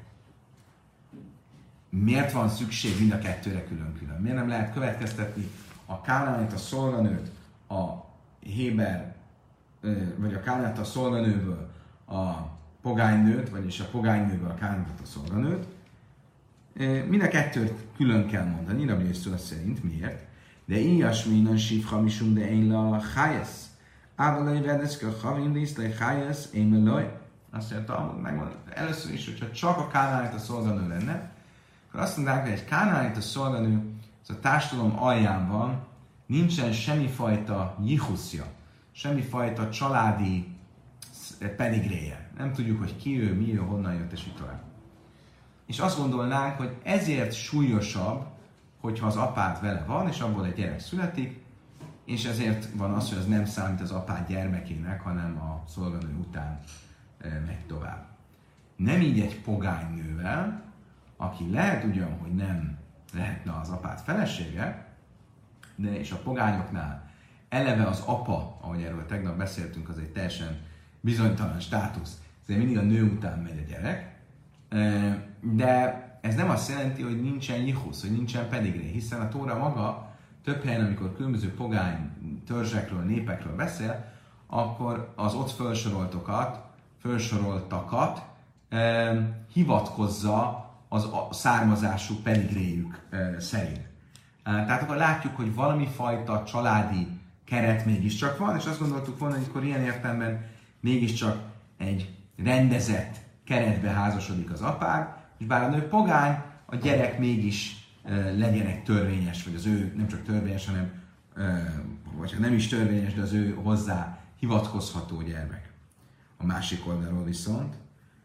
Miért van szükség mind a kettőre külön-külön? Miért nem lehet következtetni a kánaánita szolganőt a héber, vagy a kánaánita szolganőből a pogánynőt, vagyis a pogánynőből a kánaánita szolganőt? Mind a kettőt külön kell mondani, Rabbi Yossi szerint. Miért? De ilyesminan sifha misum de én la chájesz. Ávalai vedeszke a havim díszlej chájesz, én melaj. Azt mondja, megmondom, először is, hogyha csak a kánaánita szolganő lenne, akkor azt mondják, hogy egy kánaánita szolganő az a társadalom alján van, nincsen semmifajta jichuszja, semmifajta családi pedigréje. Nem tudjuk, hogy ki ő, mi ő, honnan jött, és így tovább. És azt gondolnánk, hogy ezért súlyosabb, hogyha az apád vele van, és abból egy gyerek születik, és ezért van az, hogy ez nem számít az apád gyermekének, hanem a szolganő után megy tovább. Nem így egy pogánynővel, aki lehet ugyan, hogy nem lehetne az apád felesége, de és a pogányoknál eleve az apa, ahogy erről tegnap beszéltünk, az egy teljesen bizonytalan státusz, ezért mindig a nő után megy a gyerek, de ez nem azt jelenti, hogy nincsen jichusz, hogy nincsen pedigré, hiszen a Tóra maga több helyen, amikor különböző pogány törzsekről, népekről beszél, akkor az ott felsoroltakat hivatkozza az származásuk, pedigréjük szerint. Tehát akkor látjuk, hogy valami fajta családi keret mégiscsak van, és azt gondoltuk volna, hogy akkor ilyen értelemben mégiscsak egy rendezett keretbe házasodik az apád, és bár a nő pogány, a gyerek mégis legyen egy törvényes, vagy az ő nem csak törvényes, hanem vagy ha nem is törvényes, de az ő hozzá hivatkozható gyermek. A másik oldalról viszont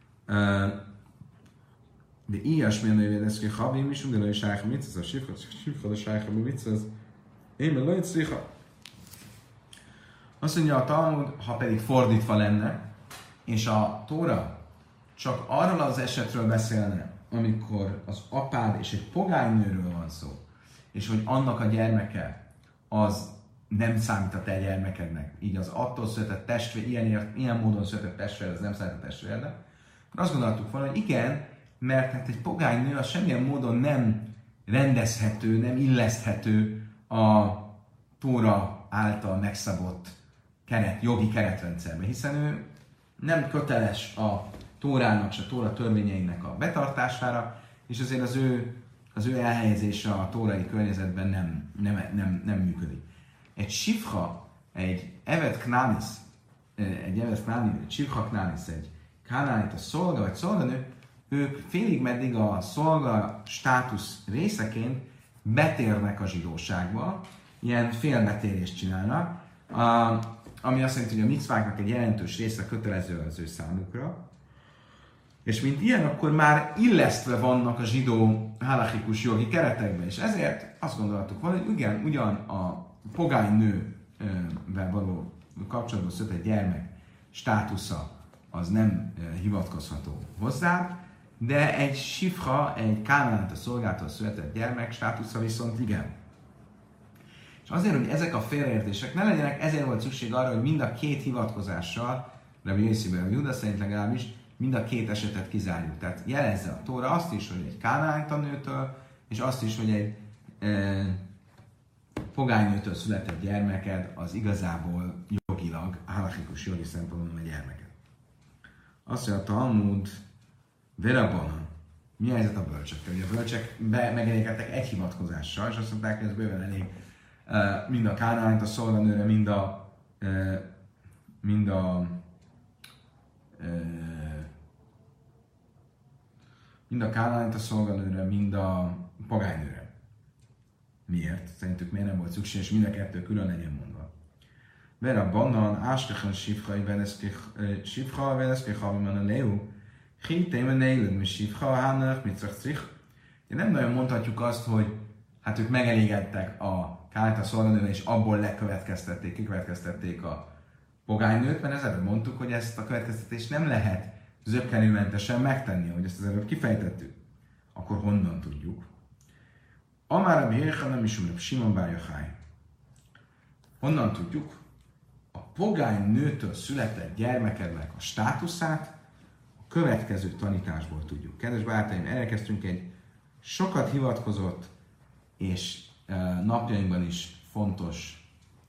de ilyesmi nővé lesz, hogy havim is, de lőj sájha mit, ez a sifha, a sájha mit, ez én me lőj széha. Azt mondja a Talmud, ha pedig fordítva lenne, és a Tóra csak arról az esetről beszélne, amikor az apád és egy pogánynőről van szó, és hogy annak a gyermeke az nem számít a te gyermekednek, így az attól született testvér, ilyen módon született testvér, az nem számít a testvérnek, akkor azt gondoltuk volna, hogy igen, mert hát egy pogánynő az semmilyen módon nem rendezhető, nem illeszthető a Tóra által megszabott jogi keretrendszerbe, hiszen ő nem köteles a Tórának és a Tóra törvényeinek a betartására, és azért az ő az ő elhelyezése a tórai környezetben nem működik. Egy sifha, egy evet knánis, egy sifha knánis, egy kánánit, a szolga vagy szolganő, ők félig meddig a szolga státusz részeként betérnek a zsidóságba, ilyen félbetérést csinálnak, ami azt jelenti, hogy a micváknak egy jelentős része kötelező az ő számukra, és mint ilyen, akkor már illesztve vannak a zsidó halachikus jogi keretekben, és ezért azt gondoltuk volna, hogy igen, ugyan a pogány nővel való kapcsolatban született gyermek státusza az nem hivatkozható hozzá, de egy sifha, egy kánánita szolgától született gyermek státusza viszont igen. És azért, hogy ezek a félreértések ne legyenek, ezért volt szükség arra, hogy mind a két hivatkozással, Rabbi Yossi-ben, a Júda szerint legalábbis, mind a két esetet kizárjuk. Tehát jelezze a Tóra azt is, hogy egy kánánita nőtől, és azt is, hogy egy pogánynőtől született gyermeked az igazából jogilag, halachikus jogi szempontból a gyermeked. Azt mondja a Talmud, Verabana, mi a helyzet a bölcsekkel? Ugye a bölcsek megelégedtek egy hivatkozással, és azt mondták, hogy ez bőven elég mind a kánánita szolganőre, mind a kánánita szolganőre, mind a pogánynőre. Miért? Szerintük miért nem volt szükség, és mind a kettő külön legyen mondva. Verabbanan, áskachan sifcha, veleszkich haviman a leu, hintémen néled, mi sifcha, hánach, mit szakcich. Nem nagyon mondhatjuk azt, hogy hát ők megelégedtek a kánánita szolganőre, és abból kikövetkeztették a pogánynőt, mert ezzel mondtuk, hogy ezt a következtetést nem lehet zökkenőmentesen megtenni, ahogy ezt az előbb kifejtettük. Akkor honnan tudjuk? Amára Bihircha nem is umrep Simon bar Yochai. Honnan tudjuk? A pogánynőtől született gyermekednek a státuszát a következő tanításból tudjuk. Kedves barátaim, elkezdtünk egy sokat hivatkozott és napjainkban is fontos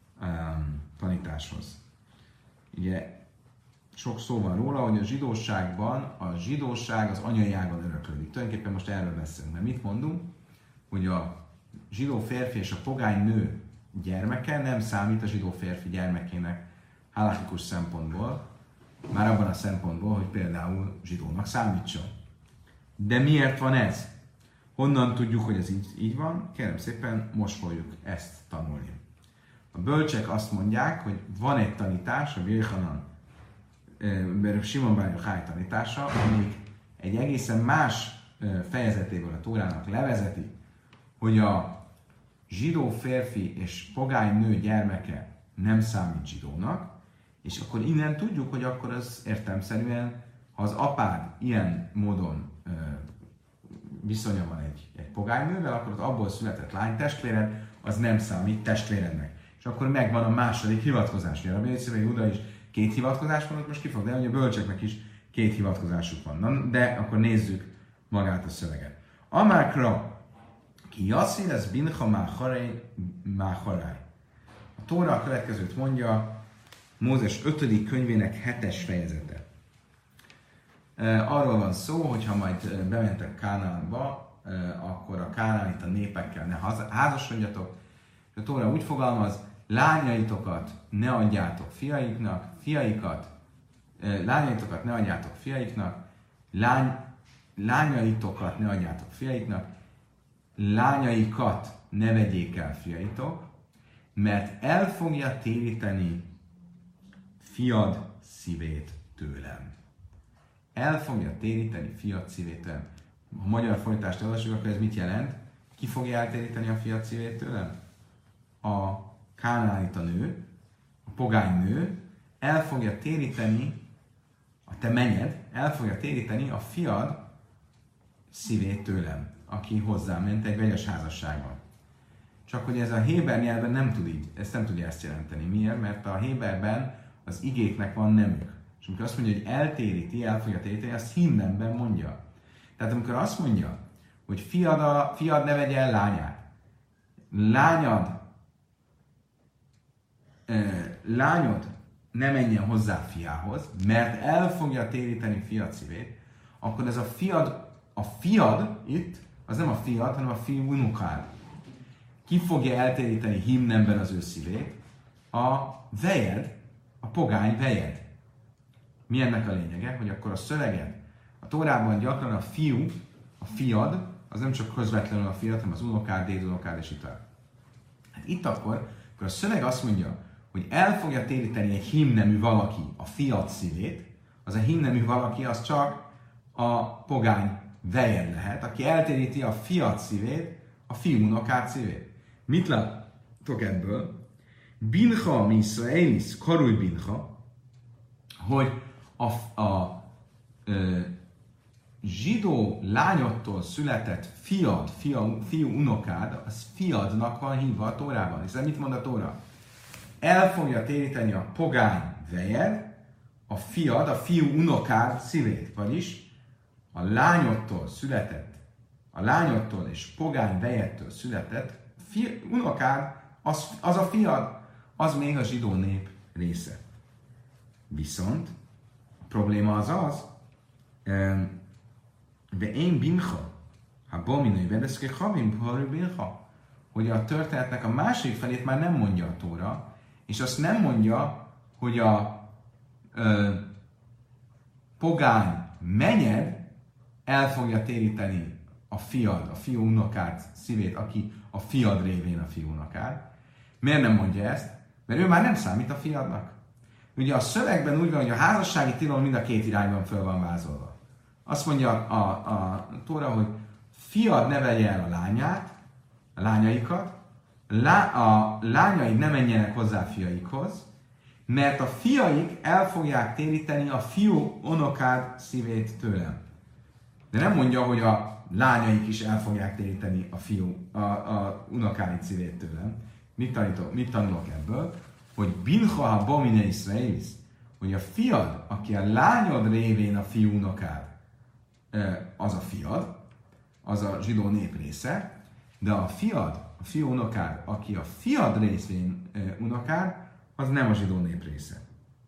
tanításhoz. Ugye sok szó van róla, hogy a zsidóságban a zsidóság az anyai ágon öröklődik. Tulajdonképpen most erről beszélünk, mert mit mondunk? Hogy a zsidó férfi és a pogány nő gyermeke nem számít a zsidó férfi gyermekének halachikus szempontból, már abban a szempontból, hogy például zsidónak számítson. De miért van ez? Honnan tudjuk, hogy ez így van? Kérem szépen, most fogjuk ezt tanulni. A bölcsek azt mondják, hogy van egy tanítás, a Bilhanan, Simon bar Yochai tanítása, amik egy egészen más fejezetéből a Tórának levezeti, hogy a zsidó férfi és pogány nő gyermeke nem számít zsidónak, és akkor innen tudjuk, hogy akkor az értelemszerűen, ha az apád ilyen módon viszonya van egy pogánynővel, akkor az abból született lány testvéred, az nem számít testvérednek. És akkor megvan a második hivatkozás. A Rabbi Yossi Júda is két hivatkozás van, most ki fog derülni, hogy a bölcseknek is két hivatkozásuk van. Na, de akkor nézzük magát a szöveget. Amákra ki jasszí lesz bincha máharai. A Tóra a következőt mondja, Mózes 5. könyvének 7. fejezete. Arról van szó, hogy ha majd bementek Kánaánba, akkor a kánánita népekkel ne házasodjatok. A Tóra úgy fogalmaz, lányaitokat ne adjátok fiaiknak, lányaitokat ne adjátok fiaiknak, lányaitokat ne adjátok fiaiknak, lányaikat ne vegyék el fiaitok, mert el fogja téríteni fiad szívét tőlem. El fogja téríteni fiad szívét tőlem. Ha a magyar fordítást olvasjuk, akkor ez mit jelent? Ki fogja eltéríteni a fiad szívét tőlem? A kánánita nő, a pogány nő el fogja téríteni, a te menyed el fogja téríteni a fiad szívét tőlem, aki hozzám egy vegyes házasságban. Csak hogy ez a héber nyelven nem tudja ezt jelenteni. Miért? Mert a héberben az igéknek van nemük. És amikor azt mondja, hogy eltéríti, el fogja téríteni, azt himnemben mondja. Tehát amikor azt mondja, hogy fiad ne vegye el lányát, lányod ne menjen hozzá fiához, mert el fogja téríteni fiad szívét, akkor ez a fiad itt az nem a fiad, hanem a fiú unokád. Ki fogja eltéríteni himnemben az ő szívét? A vejed, a pogány vejed. Mi ennek a lényege? Hogy akkor a szövegen, a Tórában gyakran a fiú, a fiad, az nem csak közvetlenül a fiad, hanem az unokád, dédunokád és itt. Hát itt akkor a szöveg azt mondja, hogy el fogja téríteni egy himnemű valaki a fiad szívét, az a himnemű valaki az csak a pogány vejed lehet, aki eltéríti a fiad szívét, a fiú unokád szívét. Mit látok ebből? Bincha Miszraelis, karúj bincha, hogy a zsidó lányottól született fiú unokád, az fiadnak van hívva a Tórában. Hiszen mit mond a Tóra? El fogja téríteni a pogány vejed, a fiad, a fiú unokád szívét. Vagyis a lányottól és pogány vejettől született unokád, az a fiad, az még a zsidó nép része. Viszont a probléma az, de én bincha, ha bominai vedeszke havim, bincha, hogy a történetnek a másik felét már nem mondja a Tóra, és azt nem mondja, hogy a pogány menyed el fogja téríteni a fiú unokád szívét, aki a fiad révén a fiú unokád. Miért nem mondja ezt? Mert ő már nem számít a fiadnak. Ugye a szövegben úgy van, hogy a házassági tilalom mind a két irányban föl van vázolva. Azt mondja a Tóra, hogy fiad nevelje el a lányaikat, a lányaid ne menjenek hozzá fiaikhoz, mert a fiaik el fogják téríteni a fiú unokád szívét tőlem. De nem mondja, hogy a lányaik is el fogják téríteni a unokáid szívét tőlem. Mit tanulok ebből? Hogy bincha ha bomine Iszraelis, hogy a fiad, aki a lányod révén a fiú unokád, az a fiad, az a zsidó nép része, de a fiú unokád, aki a fiad részén unokád, az nem a zsidó nép része.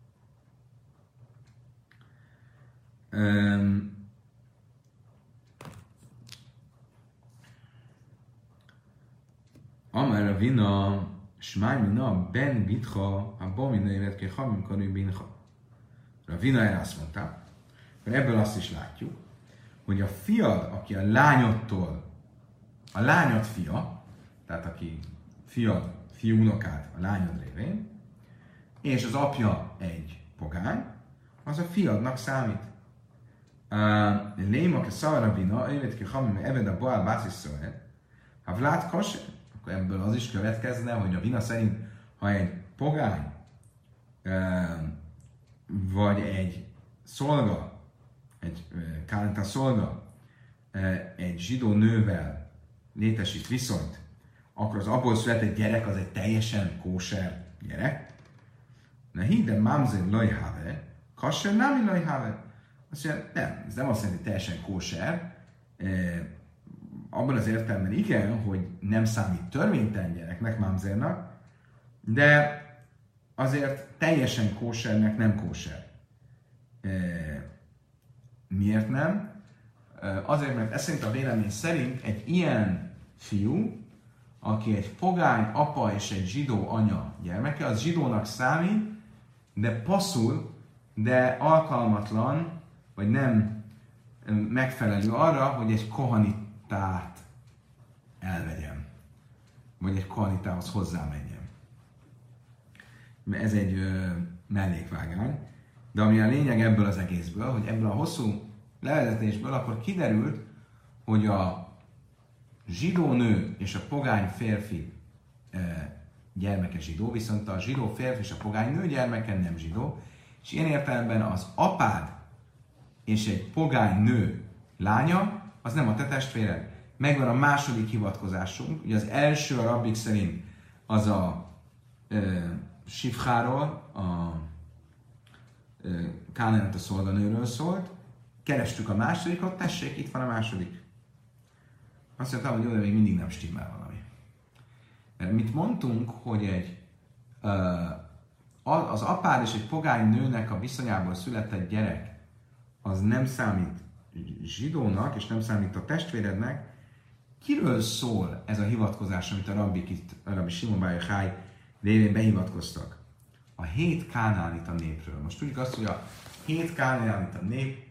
Amar Ravina, Shmájmina, Ben Bitcha, a Bomina évet ki Hamim Karű Bincha. Ravina erre azt mondta, hogy ebből azt is látjuk, hogy a fiad, aki a lányodtól, a lányod fia, tehát aki fiú unokád a lányod révén, és az apja egy pogány, az a fiadnak számít. Léma ke Ravina, évet ki Hamim Eved a Baal Báciszóed, ha Vlád Kosher, akkor ebből az is következne, hogy a Vina szerint, ha egy pogány, vagy egy szolga, egy kálentán szolga, egy zsidó nővel létesít viszonyt, akkor az abból született gyerek az egy teljesen kóser gyerek. Na hide mamzer lojhave, kasser nami lojhave. Azt mondja, nem, ez nem azt jelenti, hogy teljesen kóser, abban az értelemben igen, hogy nem számít törvénytelen gyereknek, mamzernak, de azért teljesen kósernek nem kóser. Miért nem? Azért, mert ez szerint a vélemény szerint egy ilyen fiú, aki egy pogány apa és egy zsidó anya gyermeke, az zsidónak számít, de passzul, de alkalmatlan, vagy nem megfelelő arra, hogy egy kohanitát elvegyem, vagy egy kohanitához hozzámenjem. Ez egy mellékvágány, de ami a lényeg ebből az egészből, hogy ebből a hosszú levezetésből akkor kiderült, hogy a zsidó nő és a pogány férfi gyermeke zsidó, viszont a zsidó férfi és a pogány nő gyermeke nem zsidó, és ilyen értelemben az apád és egy pogány nő lánya, az nem a te testvéred. Megvan a második hivatkozásunk, ugye az első a rabbik szerint az a Sifháról, a Kánaánit a szolganőről szólt, kerestük a másodikot, tessék, itt van a második. Azt mondtam, hogy jó, de még mindig nem stimmel valami. Mert mit mondtunk, hogy az apád és egy pogány nőnek a viszonyából született gyerek, az nem számít zsidónak, és nem számít a testvérednek, kiről szól ez a hivatkozás, amit a rabbik itt, a rabbi Simon Bar Yochai révén behivatkoztak? A 7 kánánita népről. Most tudjuk azt, hogy a 7 kánánita nép,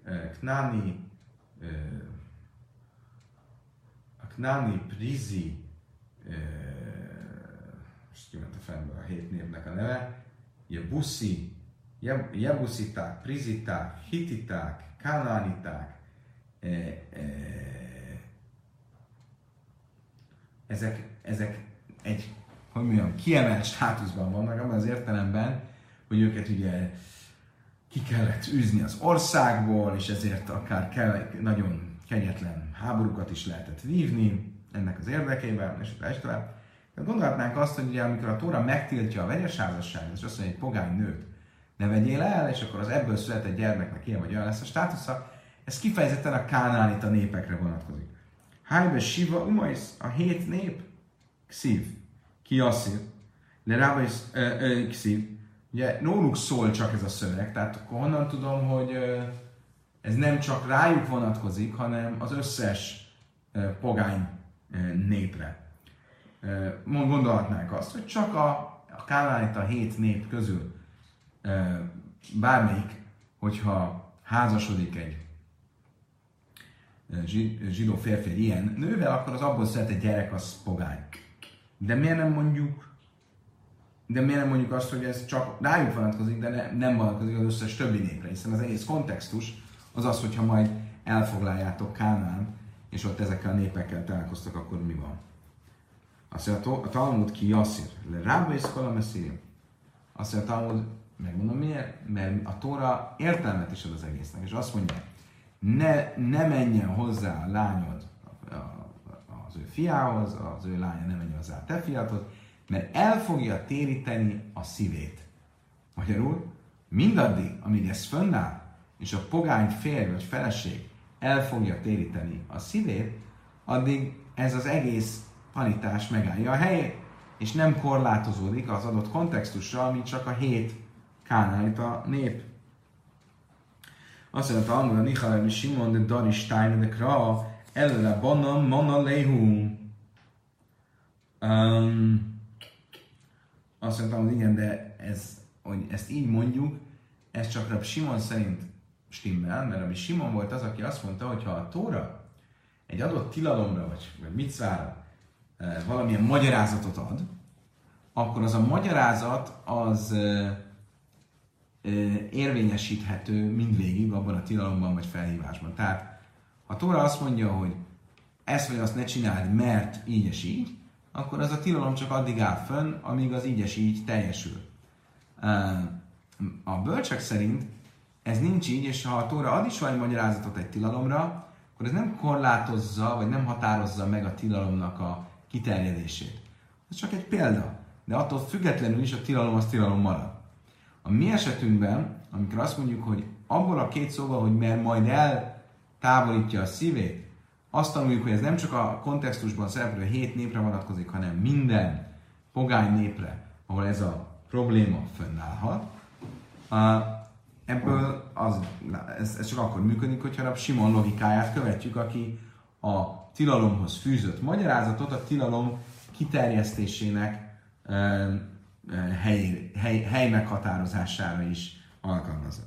Knáni, Prizi, most kiment a fejemből a 7 népnek a neve, Jebusziták, Priziták, Hititák, Kánániták, ezek egy, hogy mondjam, kiemelt státuszban vannak, abban az értelemben, hogy őket ugye ki kellett űzni az országból, és ezért akár nagyon kegyetlen háborúkat is lehetett vívni ennek az érdekében, és tovább. De gondolhatnánk azt, hogy ugye, amikor a Tóra megtiltja a vegyes házasságot, és azt mondja, egy pogány nőt ne vegyél el, és akkor az ebből született gyermeknek ilyen vagy olyan lesz a státusza, ez kifejezetten a kánánita népekre vonatkozik. Hájbe Siva Umais, a 7 nép, Kszív, Kiasszír, Le Rábais Kszív, ugye róluk szól csak ez a szöveg, tehát akkor honnan tudom, hogy ez nem csak rájuk vonatkozik, hanem az összes pogány népre. Gondolhatnánk azt, hogy csak a kánánita 7 nép közül bármelyik, hogyha házasodik egy zsidó férfi egy ilyen nővel, akkor az abból született gyerek az pogány. De miért nem mondjuk azt, hogy ez csak rájuk vonatkozik, de nem vonatkozik az összes többi népre, hiszen az egész kontextus az az, hogyha majd elfoglaljátok Kánán, és ott ezekkel a népekkel találkoztak, akkor mi van? Azt mondja, a Talmud ki Jasszir, le Rába és Kolameszírim. Azt mondja, a Talmud, megmondom miért, mert a Tóra értelmet is ad az egésznek, és azt mondja, ne menjen hozzá a lányod az ő fiához, az ő lánya nem menjen hozzá a te fiadhoz, mert el fogja téríteni a szívét. Magyarul, mindaddig, amíg ez fönnáll, és a pogány férj vagy feleség el fogja téríteni a szívét, addig ez az egész tanítás megállja a helyét, és nem korlátozódik az adott kontextusra, mint csak a 7 kánánita nép. Azt mondta, angol a Nihalem Simon de Daristein de Kra előre banan mana lehu. Azt mondtam, hogy igen, de hogy ezt így mondjuk, ez csak Rabbi Simon szerint stimmel, mert Rabbi Simon volt az, aki azt mondta, hogy ha a Tóra egy adott tilalomra vagy micvára valamilyen magyarázatot ad, akkor az a magyarázat az érvényesíthető mindvégig abban a tilalomban vagy felhívásban. Tehát, ha a Tóra azt mondja, hogy ezt vagy azt ne csináld, mert így és így, akkor az a tilalom csak addig áll fönn, amíg az így és így teljesül. A bölcsek szerint ez nincs így, és ha a Tóra ad is valami magyarázatot egy tilalomra, akkor ez nem korlátozza, vagy nem határozza meg a tilalomnak a kiterjedését. Ez csak egy példa, de attól függetlenül is a tilalom az tilalom marad. A mi esetünkben, amikor azt mondjuk, hogy abból a 2 szóval, hogy mert majd eltávolítja a szívét, azt tanuljuk, hogy ez nem csak a kontextusban szereplő 7 népre vonatkozik, hanem minden pogány népre, ahol ez a probléma fönnállhat. Ebből ez csak akkor működik, hogyha Rab Simon logikáját követjük, aki a tilalomhoz fűzött magyarázatot a tilalom kiterjesztésének hely meghatározására is alkalmazza.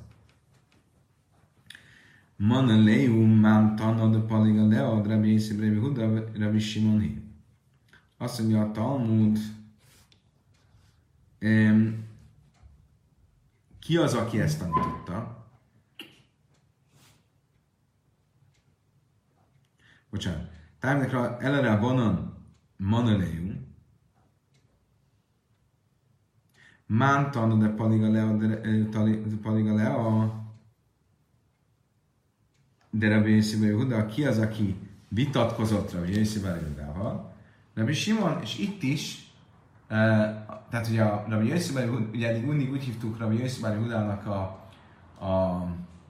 Man leum man tanad paliga lead Rabbi Yisib Rabbi Huda Rabbi Simon hi. Azt mondja a Talmud, ki az, aki ezt tanította? Bocsánat. Tájmnekra elere a banan maneleum. Man tanad de paliga lea de Rabbi Yisib Rabbi Huda, ki az, aki vitatkozott Rabbi Yisib Rabbi Hudával? Rabbi Simon, és itt is, tehát ugye a Rabbi Yisib Rabbi Huda, ugye mindig úgy hívtuk Rabbi Yisib Rabbi Hudának a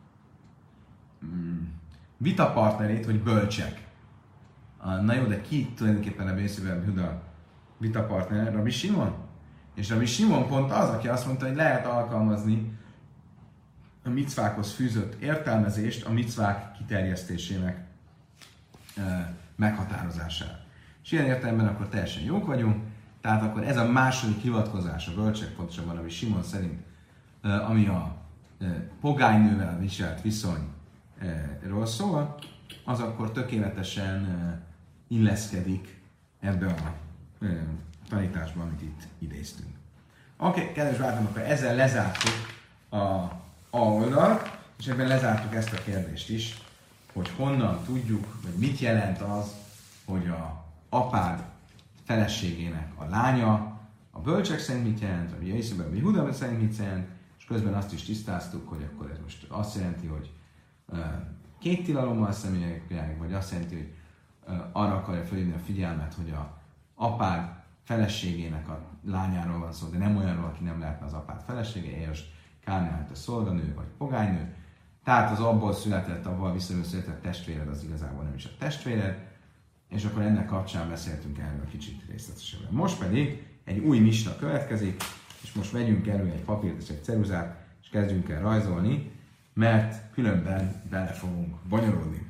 vitapartnerét, hogy bölcsek. Na jó, de ki tulajdonképpen Rabbi Yisib Rabbi Huda vitapartner? Rabbi Simon. És Rabbi Simon pont az, aki azt mondta, hogy lehet alkalmazni a micvákhoz fűzött értelmezést a micvák kiterjesztésének meghatározására. És ilyen értelemben akkor teljesen jók vagyunk, tehát akkor ez a második hivatkozás a bölcsek, pontosabban ami Simon szerint, ami a pogánynővel viselt viszonyról szól, az akkor tökéletesen illeszkedik ebbe a tanításba, amit itt idéztünk. Oké, kedves barátom, akkor ezzel lezártuk a oldalt, és ebben lezártuk ezt a kérdést is, hogy honnan tudjuk, vagy mit jelent az, hogy a apád feleségének a lánya, a bölcsek szerint mit jelent, a Jézusban, vagy Huda szerint mit jelent, és közben azt is tisztáztuk, hogy akkor ez most azt jelenti, hogy két tilalommal személyek, vagy azt jelenti, hogy arra akarja felhívni a figyelmet, hogy a apád feleségének a lányáról van szó, de nem olyanról, aki nem lehetne az apád felesége, és Káneált a szolganő, vagy pogánynő. Tehát az abból született, abból viszonyul született testvéred, az igazából nem is a testvéred, és akkor ennek kapcsán beszéltünk erről kicsit részletesebben. Most pedig egy új misna következik, és most vegyünk elő egy papírt és egy ceruzát, és kezdjünk el rajzolni, mert különben bele fogunk bonyolódni.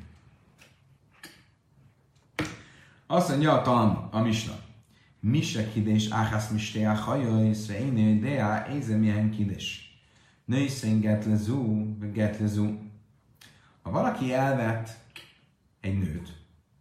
Azt mondja a misna. Misek hidés áhász mistéá hajajsz, ve énő deá, éze milyen hidés. Nőszén getlezú, vagy getlezú. Ha valaki elvett egy nőt,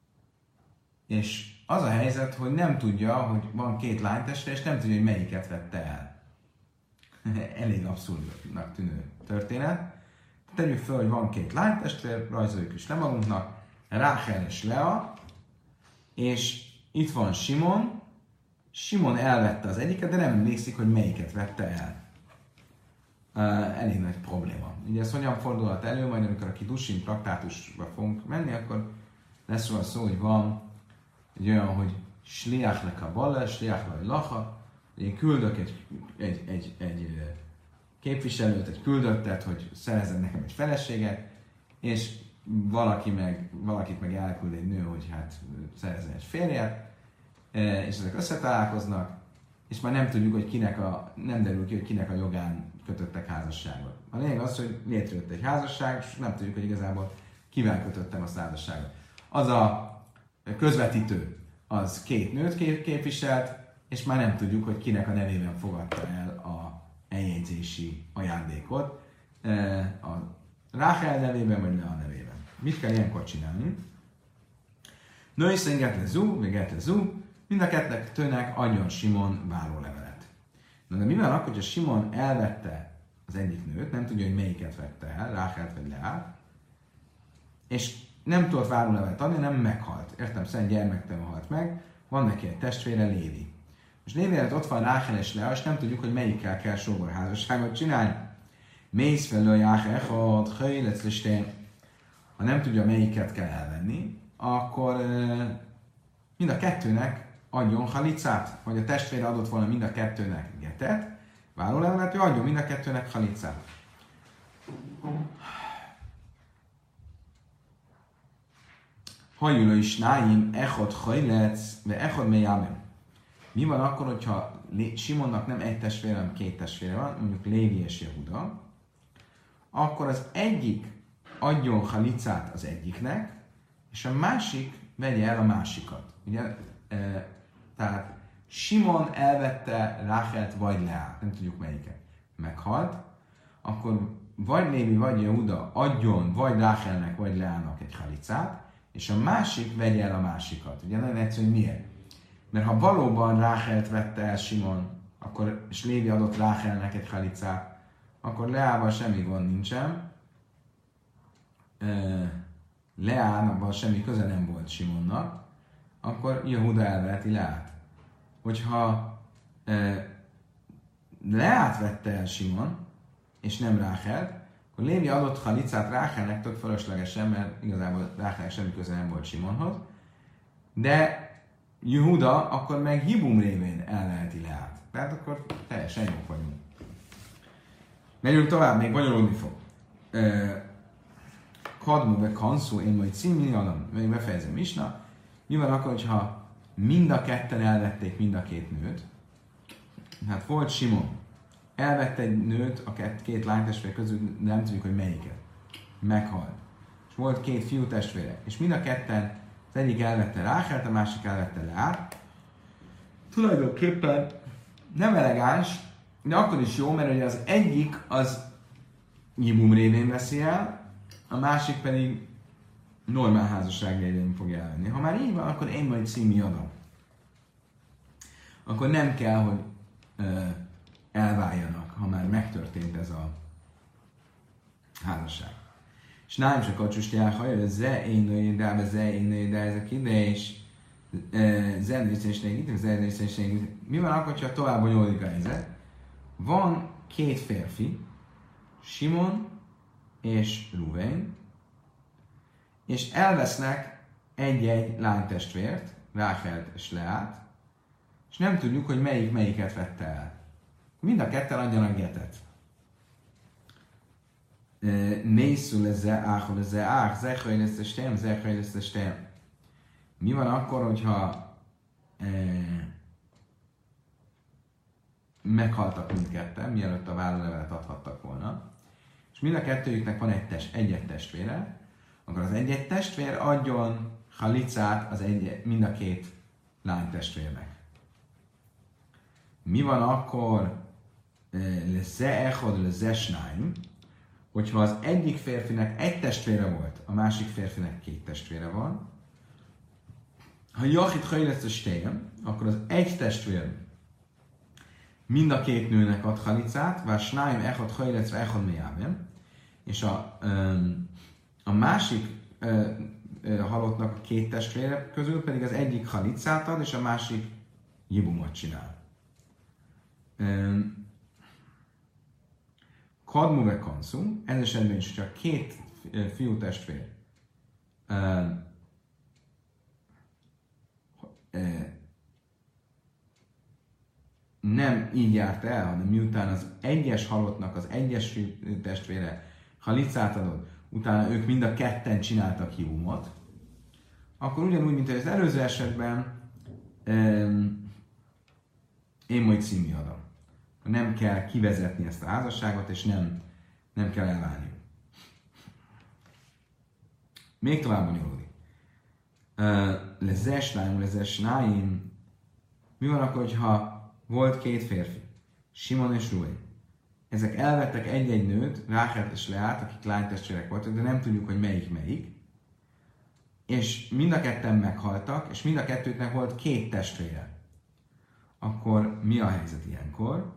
és az a helyzet, hogy nem tudja, hogy van két lánytestre, és nem tudja, hogy melyiket vette el. Elég abszurdnak tűnő történet. Tegyük föl, hogy van két lánytestvér, rajzoljuk is le magunknak, Ráhel és Lea, és itt van Simon. Simon elvette az egyiket, de nem emlékszik, hogy melyiket vette el. Elég nagy probléma. Ugye ez hogyan fordulhat elő, majd amikor a Kidusin traktátusba fogunk menni, akkor lesz róla szó, hogy van egy olyan, hogy Sliach le kabala, Sliach le lacha, én küldök egy képviselőt, egy küldöttet, hogy szerezzen nekem egy feleséget, és valakit meg elküld egy nő, hogy hát szerezzen egy férjet, és ezek összetalálkoznak, és már nem tudjuk, hogy nem derül ki, hogy kinek a jogán kötöttek házasságot. A lényeg az, hogy létrejött egy házasság, és nem tudjuk, hogy igazából kivel kötöttem azt a házasságot. Az a közvetítő, az két nőt képviselt, és már nem tudjuk, hogy kinek a nevében fogadta el a eljegyzési ajándékot. A Ráhel nevében, vagy Lea nevében. Mit kell ilyenkor csinálni? Nőszén getlezú, vagy getlezú, mind a kettőnek adjon Simon várólevelet. Na de mi van akkor, hogyha Simon elvette az egyik nőt, nem tudja, hogy melyiket vette el, Ráhelt vagy Leát, és nem tudott várólevelet adni, nem meghalt. Értem, szerint gyermektelen halt meg, van neki egy testvére, Lévi. És Lévi előtt ott van Ráhel és Lea, és nem tudjuk, hogy melyikkel kell sógorházasságot csinálni. Mész felől jáhechot, hajleclistén. Ha nem tudja, melyiket kell elvenni, akkor mind a kettőnek adjon halicát, vagy a testvére adott volna mind a kettőnek getet, várólevelet, ő adjon mind a kettőnek halicát. Hajula is náim, echod hajlec, ve echod mejámem. Mi van akkor, hogyha Simonnak nem egy testvére, hanem két testvére van, mondjuk Lévi és Jehuda, akkor az egyik adjon halicát az egyiknek, és a másik vegye el a másikat. Ugye? Tehát Simon elvette Ráhelt vagy Leát, nem tudjuk melyiket. Meghalt, akkor vagy Lévi, vagy Jehuda adjon vagy Ráhelnek, vagy Leának egy halicát, és a másik vegye el a másikat. Ugye nagyon egyszerű, hogy miért? Mert ha valóban Ráhelt vette el Simon, és Lévi adott Ráhelnek egy halicát, akkor Leával semmi gond nincsen. Leánakban semmi köze nem volt Simonnak, akkor Jehuda elveheti Leát. Hogyha Leát vette el Simon, és nem Ráhelt, akkor Lévi adott halicát Ráhelnek tök fölöslegesen, mert igazából Ráhelnek semmi köze nem volt Simonhoz, de Jehuda akkor meg hibum révén elveheti Leát. Tehát akkor teljesen jók vagyunk. Megyünk tovább, még bonyolódni fog. Kadmu kanszó, én majd címni adom, még befejezem misna. Mi van akkor, hogyha mind a ketten elvették mind a két nőt? Hát volt Simon. Elvette egy nőt a két lánytestvér közül, nem tudjuk, hogy melyiket. Meghalt. És volt két fiú testvére. És mind a ketten Az egyik elvette Ráchelt, a másik elvette Leát. Tulajdonképpen nem elegáns, de akkor is jó, mert ugye az egyik az Jibum révén veszi el, a másik pedig normál házasság révén fogja elvenni. Ha már így van, akkor én majd cími adom. Akkor nem kell, hogy elváljanak, ha már megtörtént ez a házasság. És nálam se kacsustják, ha jön, ze én nőjén, de ez a kérdés, mi van akkor, ha tovább bonyolódik a helyzet? Van két férfi, Simon és Ruvén, és elvesznek egy-egy lánytestvért, Ráchelt és Leát, és nem tudjuk, hogy melyik melyiket vette el. Mind a ketten adjanak getet. Nézzül ezzel, zechaj lesz a stem. Mi van akkor, hogyha meghaltak mindketten, mielőtt a vállólevelet adhattak volna, és mind a kettőjüknek van egy testvére, akkor az egy testvér adjon halicát mind a két lánytestvérnek. Mi van akkor leze echod, leze snáim, hogyha az egyik férfinek egy testvére volt, a másik férfinek két testvére van, ha jachit hajlesz a stéjem, akkor az egy testvér mind a két nőnek ad halicát, vagy snáim echod hajlesz, echod miávem, és a másik halottnak a két testvére közül pedig az egyik halicát ad, és a másik jibumot csinál. Kadmu ve kanszum, ez esetben is csak két fiú testvér nem így járt el, hanem miután az egyes halottnak az egyes fiú testvére halicát adott, utána ők mind a ketten csináltak jibumot, akkor ugyanúgy, mint az előző esetben, én majd című adom. Nem kell kivezetni ezt a házasságot, és nem kell elválni. Még tovább bonyolódik. Lezesnáim. Mi van akkor, ha volt két férfi? Simon és Rúj. Ezek elvettek egy-egy nőt, Ráchelt és Leát, akik lánytestvérek voltak, de nem tudjuk, hogy melyik. És mind a ketten meghaltak, és mind a kettőknek volt két testvére. Akkor mi a helyzet ilyenkor?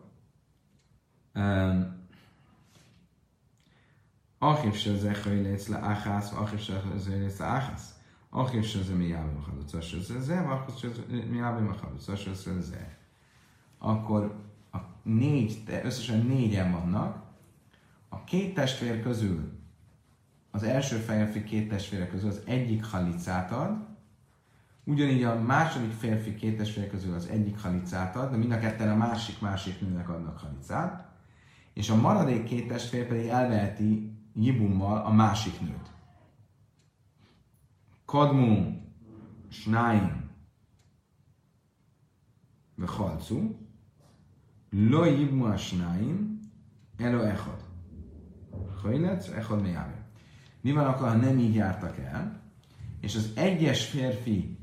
Achiv se zechajlész le áhász, achiv se zechajlész le áhász. Achiv se ze mi jábim a halucas se ze, achiv se mi jábim a halucas se ze. Akkor összesen négyen vannak. A két testvér közül, az első férfi két testvére közül az egyik halicát ad, ugyanígy a második férfi két testvére közül az egyik halicát ad, de mind a ketten a másik nőnek adnak halicát, és a maradék két testvér pedig elveheti jibummal a másik nőt. Kadmu, snáim, ve halcu, lo jibmu a snáim, elo echad. Hajlec, echad mejávim. Mi van akkor, ha nem így jártak el, és az egyes férfi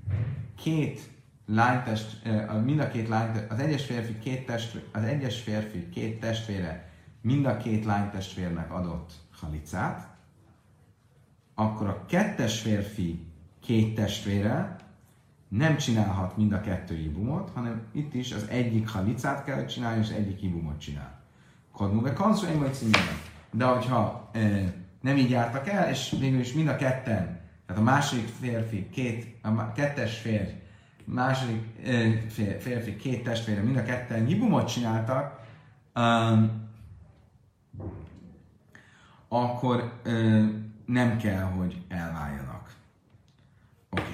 az egyes férfi két testvére mind a két lánytestvérnek adott halicát, akkor a kettes férfi két testvére nem csinálhat mind a kettő jibumot, hanem itt is az egyik halicát kell csinálni, és az egyik jibumot csinál. Kodmuve kanszú, én majd színűen. De hogyha nem így jártak el, és végül is mind a ketten, tehát a második férfi, férfi két testvére, mind a ketten jibumot csináltak, akkor nem kell, hogy elváljanak. Oké.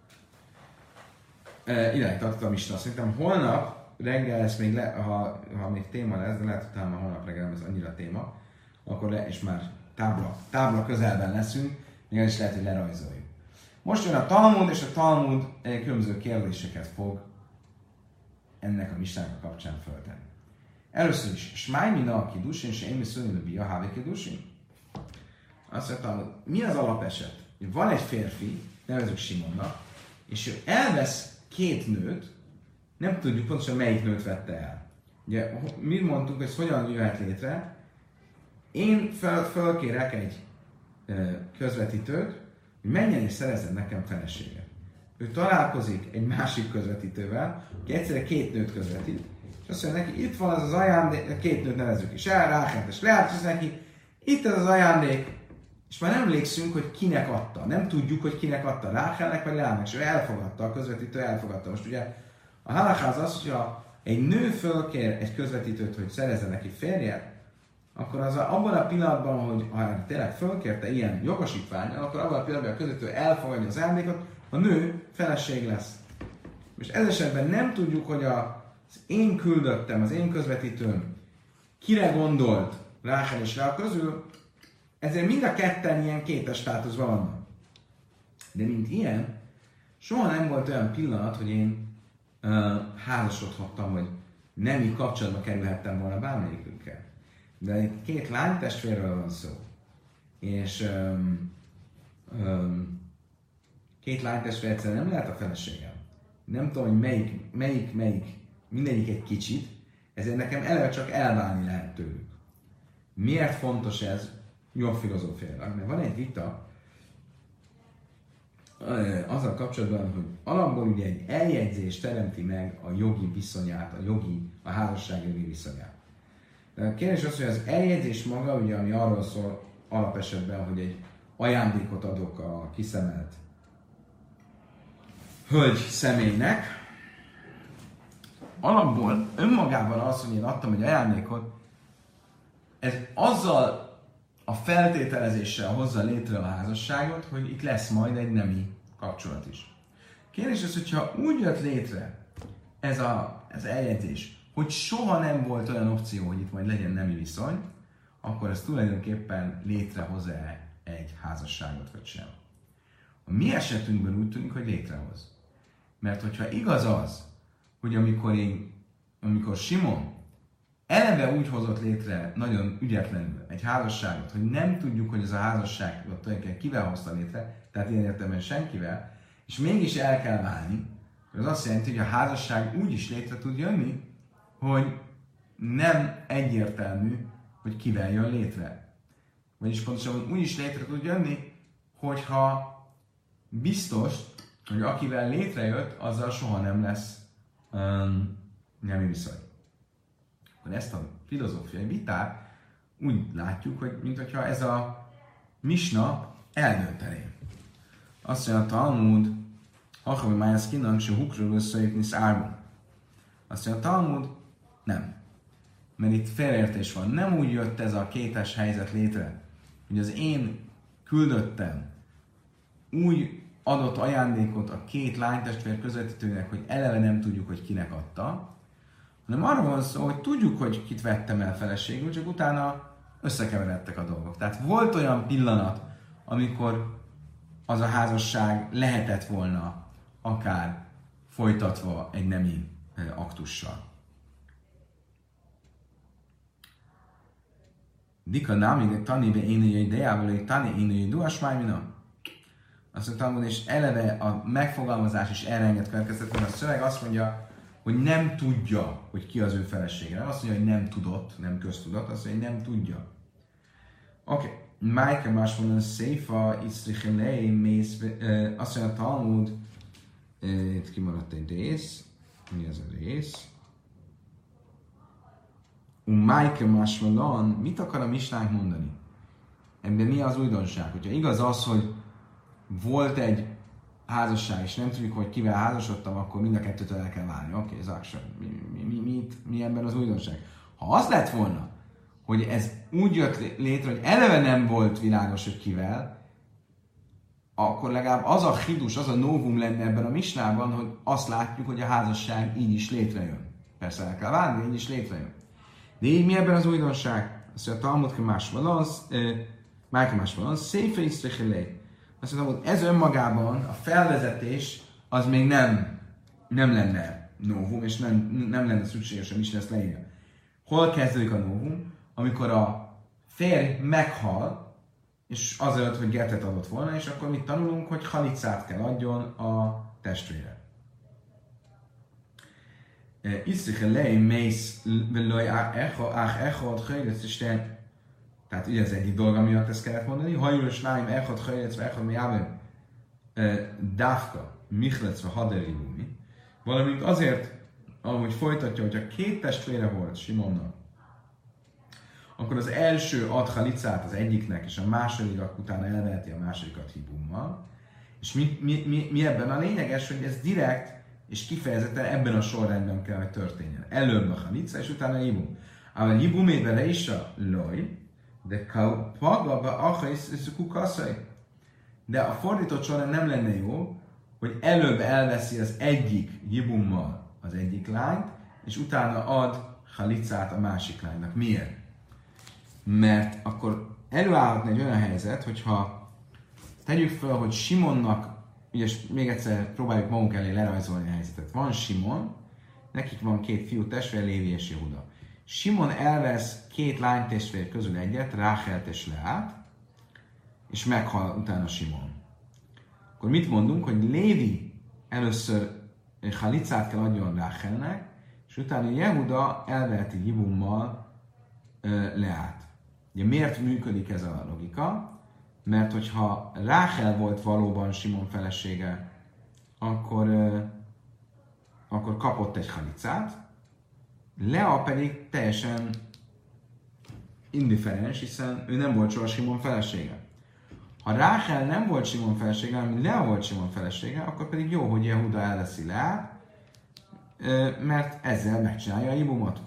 Idáig tartottam Isten. Szerintem holnap reggel ez még ha még téma lesz, de lehet, hogy talán holnap reggel ez annyira téma, akkor és már tábla közelben leszünk, még ez is lehet, hogy lerajzoljuk. Most jön a Talmud, és a Talmud különböző kérdéseket fog ennek a mistának a kapcsán föltenni. Először is, Smáj mina a kidusin, és én viszonylag bia hávé kidusin. Azt mondtam, hogy mi az alapeset? Van egy férfi, nevezzük Simonnak, és ő elvesz két nőt, nem tudjuk pontosan melyik nőt vette el. Ugye, mi mondtuk, hogy ez hogyan jöhet létre? Én fölkérek egy közvetítőt, hogy menjen és szerezzen nekem feleséget. Ő találkozik egy másik közvetítővel, aki egyszerre két nőt közvetít, és azt mondja neki, itt van az az ajándék, két nőt nevezzük is el, Ráchelt és Leát, és neki, itt ez az ajándék, és már nem emlékszünk, hogy kinek adta. Nem tudjuk, hogy kinek adta, Ráchelnek vagy Leának, és ő elfogadta, a közvetítő elfogadta. Most ugye a halakha az, hogyha egy nő fölkér egy közvetítőt, hogy szerezze neki férjet, akkor az abban a pillanatban, hogy ha tényleg fölkérte ilyen jogosítványon, akkor abban a pillanatban a közvetítő elfogadja az ajándékot, a nő feleség lesz. Most ez esetben nem tudjuk, hogy az én küldöttem, az én közvetítőm kire gondolt Ráchel és Lea közül, ezért mind a ketten ilyen kétes státuszban vannak. De mint ilyen, soha nem volt olyan pillanat, hogy én házasodhattam, vagy nemi kapcsolatba kerülhettem volna bármelyikünkkel. De itt két lánytestvérről van szó. És két lánytestvér egyszerűen nem lehet a feleségem. Nem tudom, hogy melyik, mindegyik egy kicsit, ezért nekem eleve csak elválni lehet tőlük. Miért fontos ez jobb filozófiailag? Mert van egy vita azzal kapcsolatban, hogy alapból ugye egy eljegyzés teremti meg a jogi viszonyát, a házasság jogi viszonyát. De a kérdés az, hogy az eljegyzés maga, ugye, ami arról szól alapesetben, hogy egy ajándékot adok a kiszemelt hölgy személynek, alapból önmagában az, hogy én adtam egy ajándékot, ez azzal a feltételezéssel hozza létre a házasságot, hogy itt lesz majd egy nemi kapcsolat is. Kérdés az, hogyha úgy jött létre ez az eljegyzés, hogy soha nem volt olyan opció, hogy itt majd legyen nemi viszony, akkor ez tulajdonképpen létrehoz-e egy házasságot, vagy sem. A mi esetünkben úgy tűnik, hogy létrehoz. Mert hogyha igaz az, hogy amikor Simon eleve úgy hozott létre nagyon ügyetlenül egy házasságot, hogy nem tudjuk, hogy ez a házasság tulajdonképpen kivel hozta létre, tehát ilyen értelemben senkivel, és mégis el kell válni, az azt jelenti, hogy a házasság úgy is létre tud jönni, hogy nem egyértelmű, hogy kivel jön létre. Vagyis pontosan úgy is létre tud jönni, hogyha biztos, hogy akivel létrejött, azzal soha nem lesz nemi viszony. Ezt a filozófiai vitát úgy látjuk, hogy mintha ez a misna eldöntené. Azt mondja a Talmud, Hachavi Májász Kinnan, se hukról összejutni szármú. Azt mondja a Talmud, nem. Mert itt félreértés van. Nem úgy jött ez a kétes helyzet létre, hogy az én küldöttem úgy adott ajándékot a két lánytestvér közvetítőnek, hogy eleve nem tudjuk, hogy kinek adta, hanem arról van szó, hogy tudjuk, hogy kit vettem el feleségül, csak utána összekeveredtek a dolgok. Tehát volt olyan pillanat, amikor az a házasság lehetett volna akár folytatva egy nemi aktussal. Dika námi taníve énőjei dejával, tani énőjei duás májmina. Azt mondtam, és eleve a megfogalmazás is erre enged következtetni, a szöveg azt mondja, hogy nem tudja, hogy ki az ő felesége. Nem azt mondja, hogy nem tudott, nem köztudott, azt mondja, hogy nem tudja. Oké. Májke más mondja, széfa, isztrichelei, mész, azt mondja, a Talmud, itt kimaradt egy rész. Mi az a rész? Májke más mondja, mit akar a misnánk mondani? Ebben mi az újdonság? Hogyha igaz az, hogy volt egy házasság, és nem tudjuk, hogy kivel házasodtam, akkor mind a kettőtől el kell válni. Oké, Zaksa, mi ebben az újdonság? Ha az lett volna, hogy ez úgy jött létre, hogy eleve nem volt világos, hogy kivel, akkor legalább az a hidus, az a novum lenne ebben a misnában, hogy azt látjuk, hogy a házasság így is létrejön. Persze el kell válni, így is létrejön. De így mi ebben az újdonság? Azt mondja, a Talmud más van, széfe isztrichelei. Azt mondom, hogy ez önmagában, a felvezetés, az még nem lenne novum, és nem lenne szükséges, hogy is lesz leírja. Hol kezdődik a novum? Amikor a férj meghal, és azért, hogy gertet adott volna, és akkor mit tanulunk, hogy halicát kell adjon a testvére. Iszich elej mész velaj echad hajlec isten. Tehát ugye az egyik dolga miatt ezt kellett mondani. Hajlős náim echad hajlec echad miábem dávka michlec haderibumi. Valamint azért, ahogy folytatja, hogyha két testvére volt Simonnak, akkor az első ad halicát az egyiknek, és a második utána elveheti a másodikat hibummal. És mi ebben a lényeges, hogy ez direkt és kifejezetten ebben a sorrendben kell, hogy történjen. Előbb a halica, és utána a hibum. Ával hibumében le is a loj, de paga be achaisz kukaszai. De a fordított sorrend nem lenne jó, hogy előbb elveszi az egyik hibummal az egyik lányt, és utána ad halicát a másik lánynak. Miért? Mert akkor előállhatna egy olyan helyzet, hogyha tegyük fel, hogy Simonnak, ugye még egyszer próbáljuk magunk elé lerajzolni a helyzetet. Van Simon, nekik van két fiú testvér, Lévi és Jehuda. Simon elvesz két lánytestvér közül egyet, Ráchelt és Leát, és meghal utána Simon. Akkor mit mondunk, hogy Lévi először halicát kell adjon Ráchelnek, és utána Jehuda elveheti hibummal Leát. Ugye miért működik ez a logika? Mert hogyha Ráchel volt valóban Simon felesége, akkor kapott egy halicát, Lea pedig teljesen indifferens, hiszen ő nem volt soha Simon felesége. Ha Ráchel nem volt Simon felesége, hanem Lea volt Simon felesége, akkor pedig jó, hogy Jehuda elveszi Leát, mert ezzel megcsinálja a hibumot.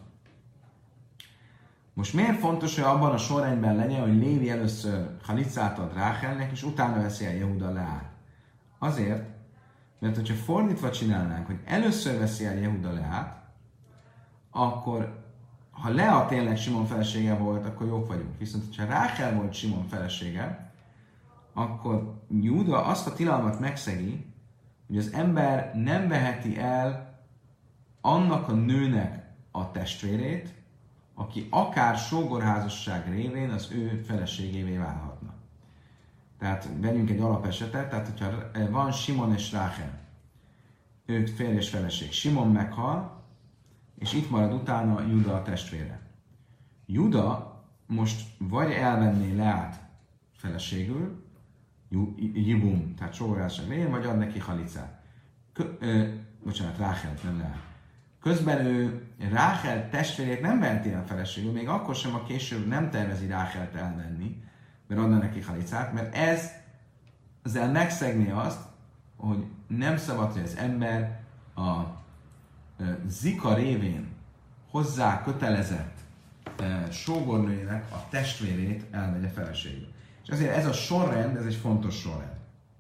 Most miért fontos, hogy abban a sorrendben legyen, hogy Lévi először halicát ad Ráchelnek, és utána veszi el Jehuda Leát? Azért, mert hogyha fordítva csinálnánk, hogy először veszi el Jehuda Leát, akkor ha Lea tényleg Simon felesége volt, akkor jók vagyunk. Viszont, hogyha Ráchel volt Simon felesége, akkor Jehuda azt a tilalmat megszegi, hogy az ember nem veheti el annak a nőnek a testvérét, aki akár sógorházasság révén az ő feleségévé válhatna. Tehát vegyünk egy alapesetet, tehát hogyha van Simon és Ráchel, ők férj és feleség. Simon meghal, és itt marad utána Juda a testvére. Juda most vagy elvenné Leát feleségül, Jibum, tehát sógorházasság révén, vagy ad neki halicát. Bocsánat, Ráchelt, nem Leát. Közben ő Ráchel testvérét nem veheti el feleségül, még akkor sem, ha később nem tervezi Ráchelt elvenni, mert adna neki halicát, mert ezzel megszegné azt, hogy nem szabad, hogy az ember a zika révén hozzá kötelezett sógornőjének a testvérét elvegye feleségül. És ezért ez a sorrend, ez egy fontos sorrend.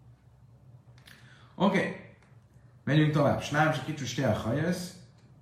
Oké, megyünk tovább. Snám se kicsus te a hajasz,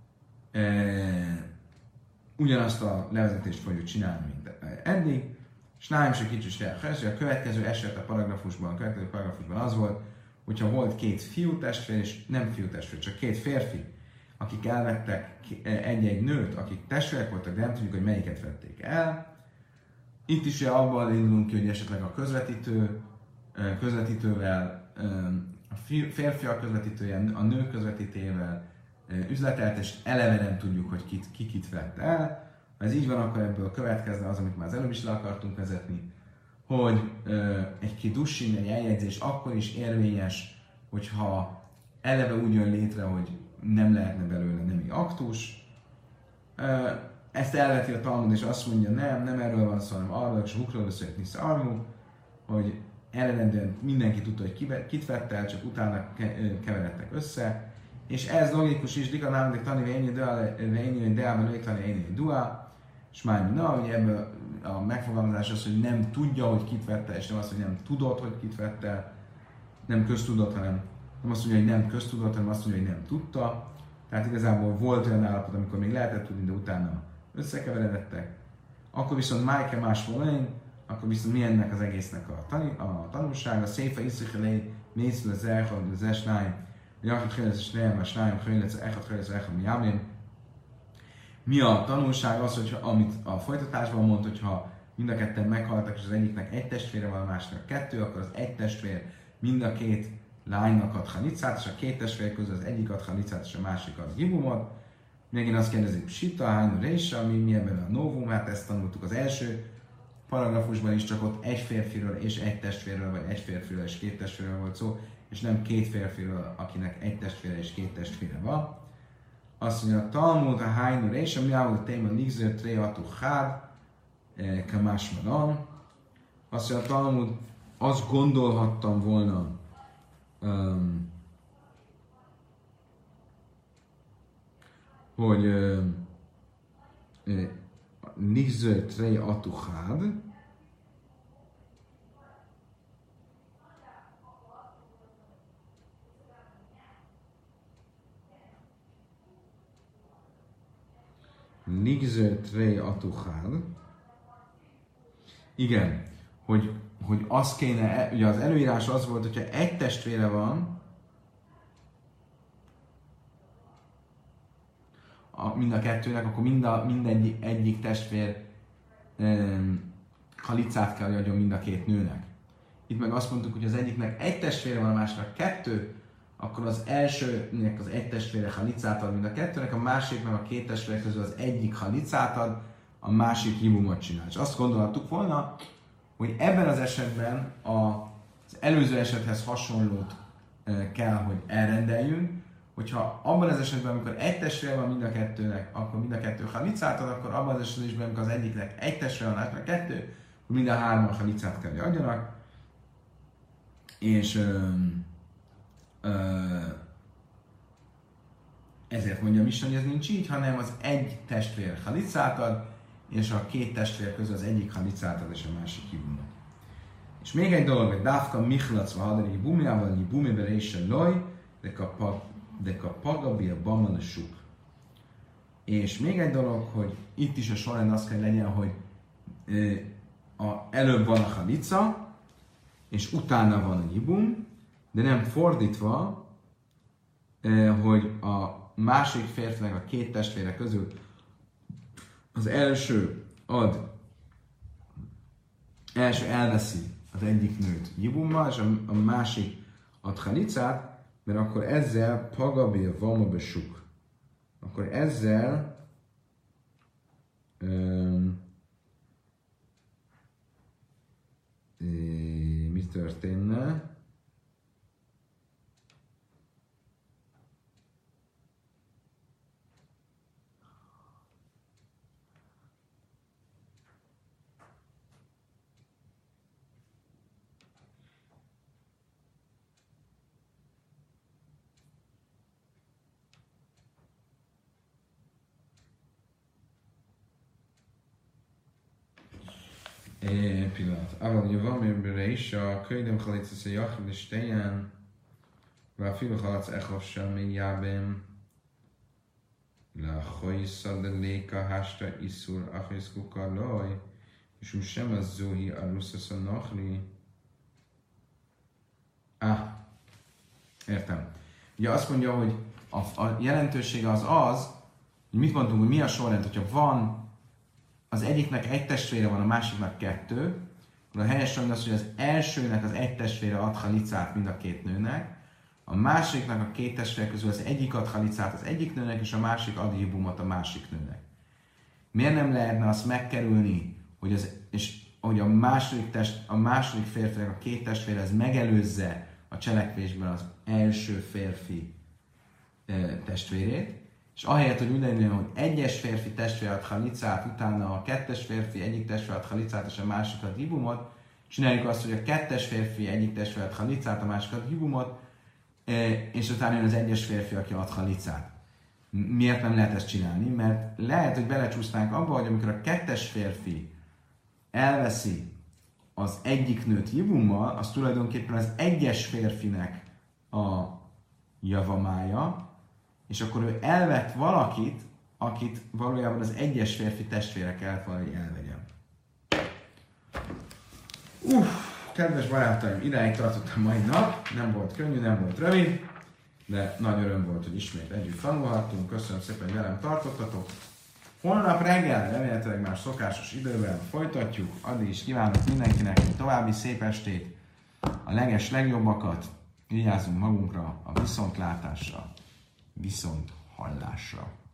ugyanazt a levezetést fogjuk csinálni, mint eddig. Snáim se kicsit a következő eset a paragrafusban az volt, hogyha volt két fiú testvér, és nem fiú testvér, csak két férfi, akik elvettek egy-egy nőt, akik testvérek voltak, de nem tudjuk, hogy melyiket vették el. Itt is abban indulunk ki, hogy esetleg a közvetítővel, a férfiak közvetítője, a nő közvetítőjével üzletelt, és eleve nem tudjuk, hogy kit vett el. Ha ez így van, akkor ebből következne az, amit már az előbb is le akartunk vezetni, hogy egy kidussin, egy eljegyzés akkor is érvényes, hogyha eleve úgy jön létre, hogy nem lehetne belőle nemi aktus. Ezt elveti a Talmud, és azt mondja, nem erről van szó, hanem arról, és a hukról szöjt Nisza Armu, hogy eredendően mindenki tudta, hogy kit vett el, csak utána keveredtek össze. És ez logikus is, Dika námadik tani vényi deában léklani ényi dua, és már ugye ebből a megfogalmazás az, hogy nem tudja, hogy kit vette, és nem azt, hogy nem tudod, hogy kit vette, nem köztudott, hanem nem azt mondja, hogy nem köztudott, hanem azt mondja, hogy nem tudta. Tehát igazából volt olyan állapot, amikor még lehetett tudni, de utána összekeveredettek. Akkor viszont Májke más volna, akkor viszont mi ennek az egésznek a tanulsága, Széfa Iszichelé, Mészül az Elchad, az Esnáim, Jachad Chélec és Nehem, a Snáim Chélec, Echad Chélec, Echad Miámim. Mi a tanulság az, hogy amit a folytatásban mond, hogyha mind a ketten meghaltak, és az egyiknek egy testvére van, a másiknak kettő, akkor az egy testvér mind a két lánynak ad halicát, és a két testvér közül az egyik ad halicát, és a másik ad hibumot. Megint azt kérdezik, psita, hányu résa, mi ebben a novum, hát ezt tanultuk az első paragrafusban is, csak ott egy férfiről és egy testvérről, vagy egy férfiről és két testvérről volt szó, és nem két férfiről, akinek egy testvére és két testvére van. Azt mondja, Talmud, a hányu résa, mi áll a téma nigző, tré, atu, hád, kamásmadan. Azt mondja, Talmud, azt gondolhattam volna, hogy nigző, tré, atu, hád, nigző, tré, atu, hád. Igen, hogy az kéne, ugye az előírás az volt, hogyha egy testvére van, mind a kettőnek, akkor egyik testvér halicát kell, hogy adjon mind a két nőnek. Itt meg azt mondtuk, hogy az egyiknek egy testvére van, a másiknak kettő, akkor az elsőnek az egy testvére halicát ad mind a kettőnek, a másiknak a két testvére közül az egyik halicát ad, a másik hibumot csinál. És azt gondoltuk volna, hogy ebben az esetben az előző esethez hasonlót kell, hogy elrendeljünk, hogyha abban az esetben, amikor egy testvére van mind a kettőnek, akkor mind a kettő halicát ad, akkor abban az esetben, amikor az egyiknek egy testvére van, másnak kettő, akkor mind a hárman halicát kell, hogy adjanak. És ezért mondja Misna, hogy ez nincs így, hanem az egy testvér halicát ad, és a két testvér közül az egyik halicát ad, és a másik hibumot. És még egy dolog, hogy Dávka Michlacva hadari hibumiával, hibumibe része loj, de kapagabi a bamanasuk. És még egy dolog, hogy itt is a sorrend az kell legyen, hogy előbb van a halica, és utána van a hibum, de nem fordítva, hogy a másik férfinek a két testvére közül az első elveszi az egyik nőt hibummal, és a másik ad halicát, mert akkor ezzel pagabél vama besuk. Akkor ezzel mi történne? Pillanat. Aval Jövamérbe is a könyvem halicsz a jachid és tejen, vagy a fiú halac echov semmi jábem, la hojszad de léka hásta iszur achiszkuka loj, és sem az zuhi a russzasz a nachli. Értem. Ugye azt mondja, hogy a jelentősége az, hogy mit mondtunk, hogy mi a sorrend, hogyha van az egyiknek egy testvére van, a másiknak kettő, akkor a helyes sorrend az, hogy az elsőnek az egy testvére ad halicát mind a két nőnek, a másiknak a két testvére közül az egyik ad halicát az egyik nőnek, és a másik ad hibumot a másik nőnek. Miért nem lehetne azt megkerülni, hogy a második férfinek a két testvére ez megelőzze a cselekvésben az első férfi testvérét, és ahelyett, hogy minden hogy egyes férfi testvér ad halicát, utána a kettes férfi egyik testvér ad halicát, és a másik ad hibumot, csináljuk azt, hogy a kettes férfi egyik testvér ad halicát, a másik ad hibumot, és utána jön az egyes férfi, aki ad halicát. Miért nem lehet ezt csinálni? Mert lehet, hogy belecsúsznánk abba, hogy amikor a kettes férfi elveszi az egyik nőt hibummal, az tulajdonképpen az egyes férfinek a javamája, és akkor ő elvett valakit, akit valójában az egyes férfi testvére kellett valahogy elvegyem. Kedves barátaim, idáig tartott a mai nap, nem volt könnyű, nem volt rövid, de nagy öröm volt, hogy ismét együtt tanulhattunk. Köszönöm szépen, hogy velem tartottatok. Holnap reggel, remélhetőleg már szokásos időben folytatjuk. Addig is kívánok mindenkinek egy további szép estét, a legjobbakat, vigyázzunk magunkra, a viszontlátásra, viszont hallásra.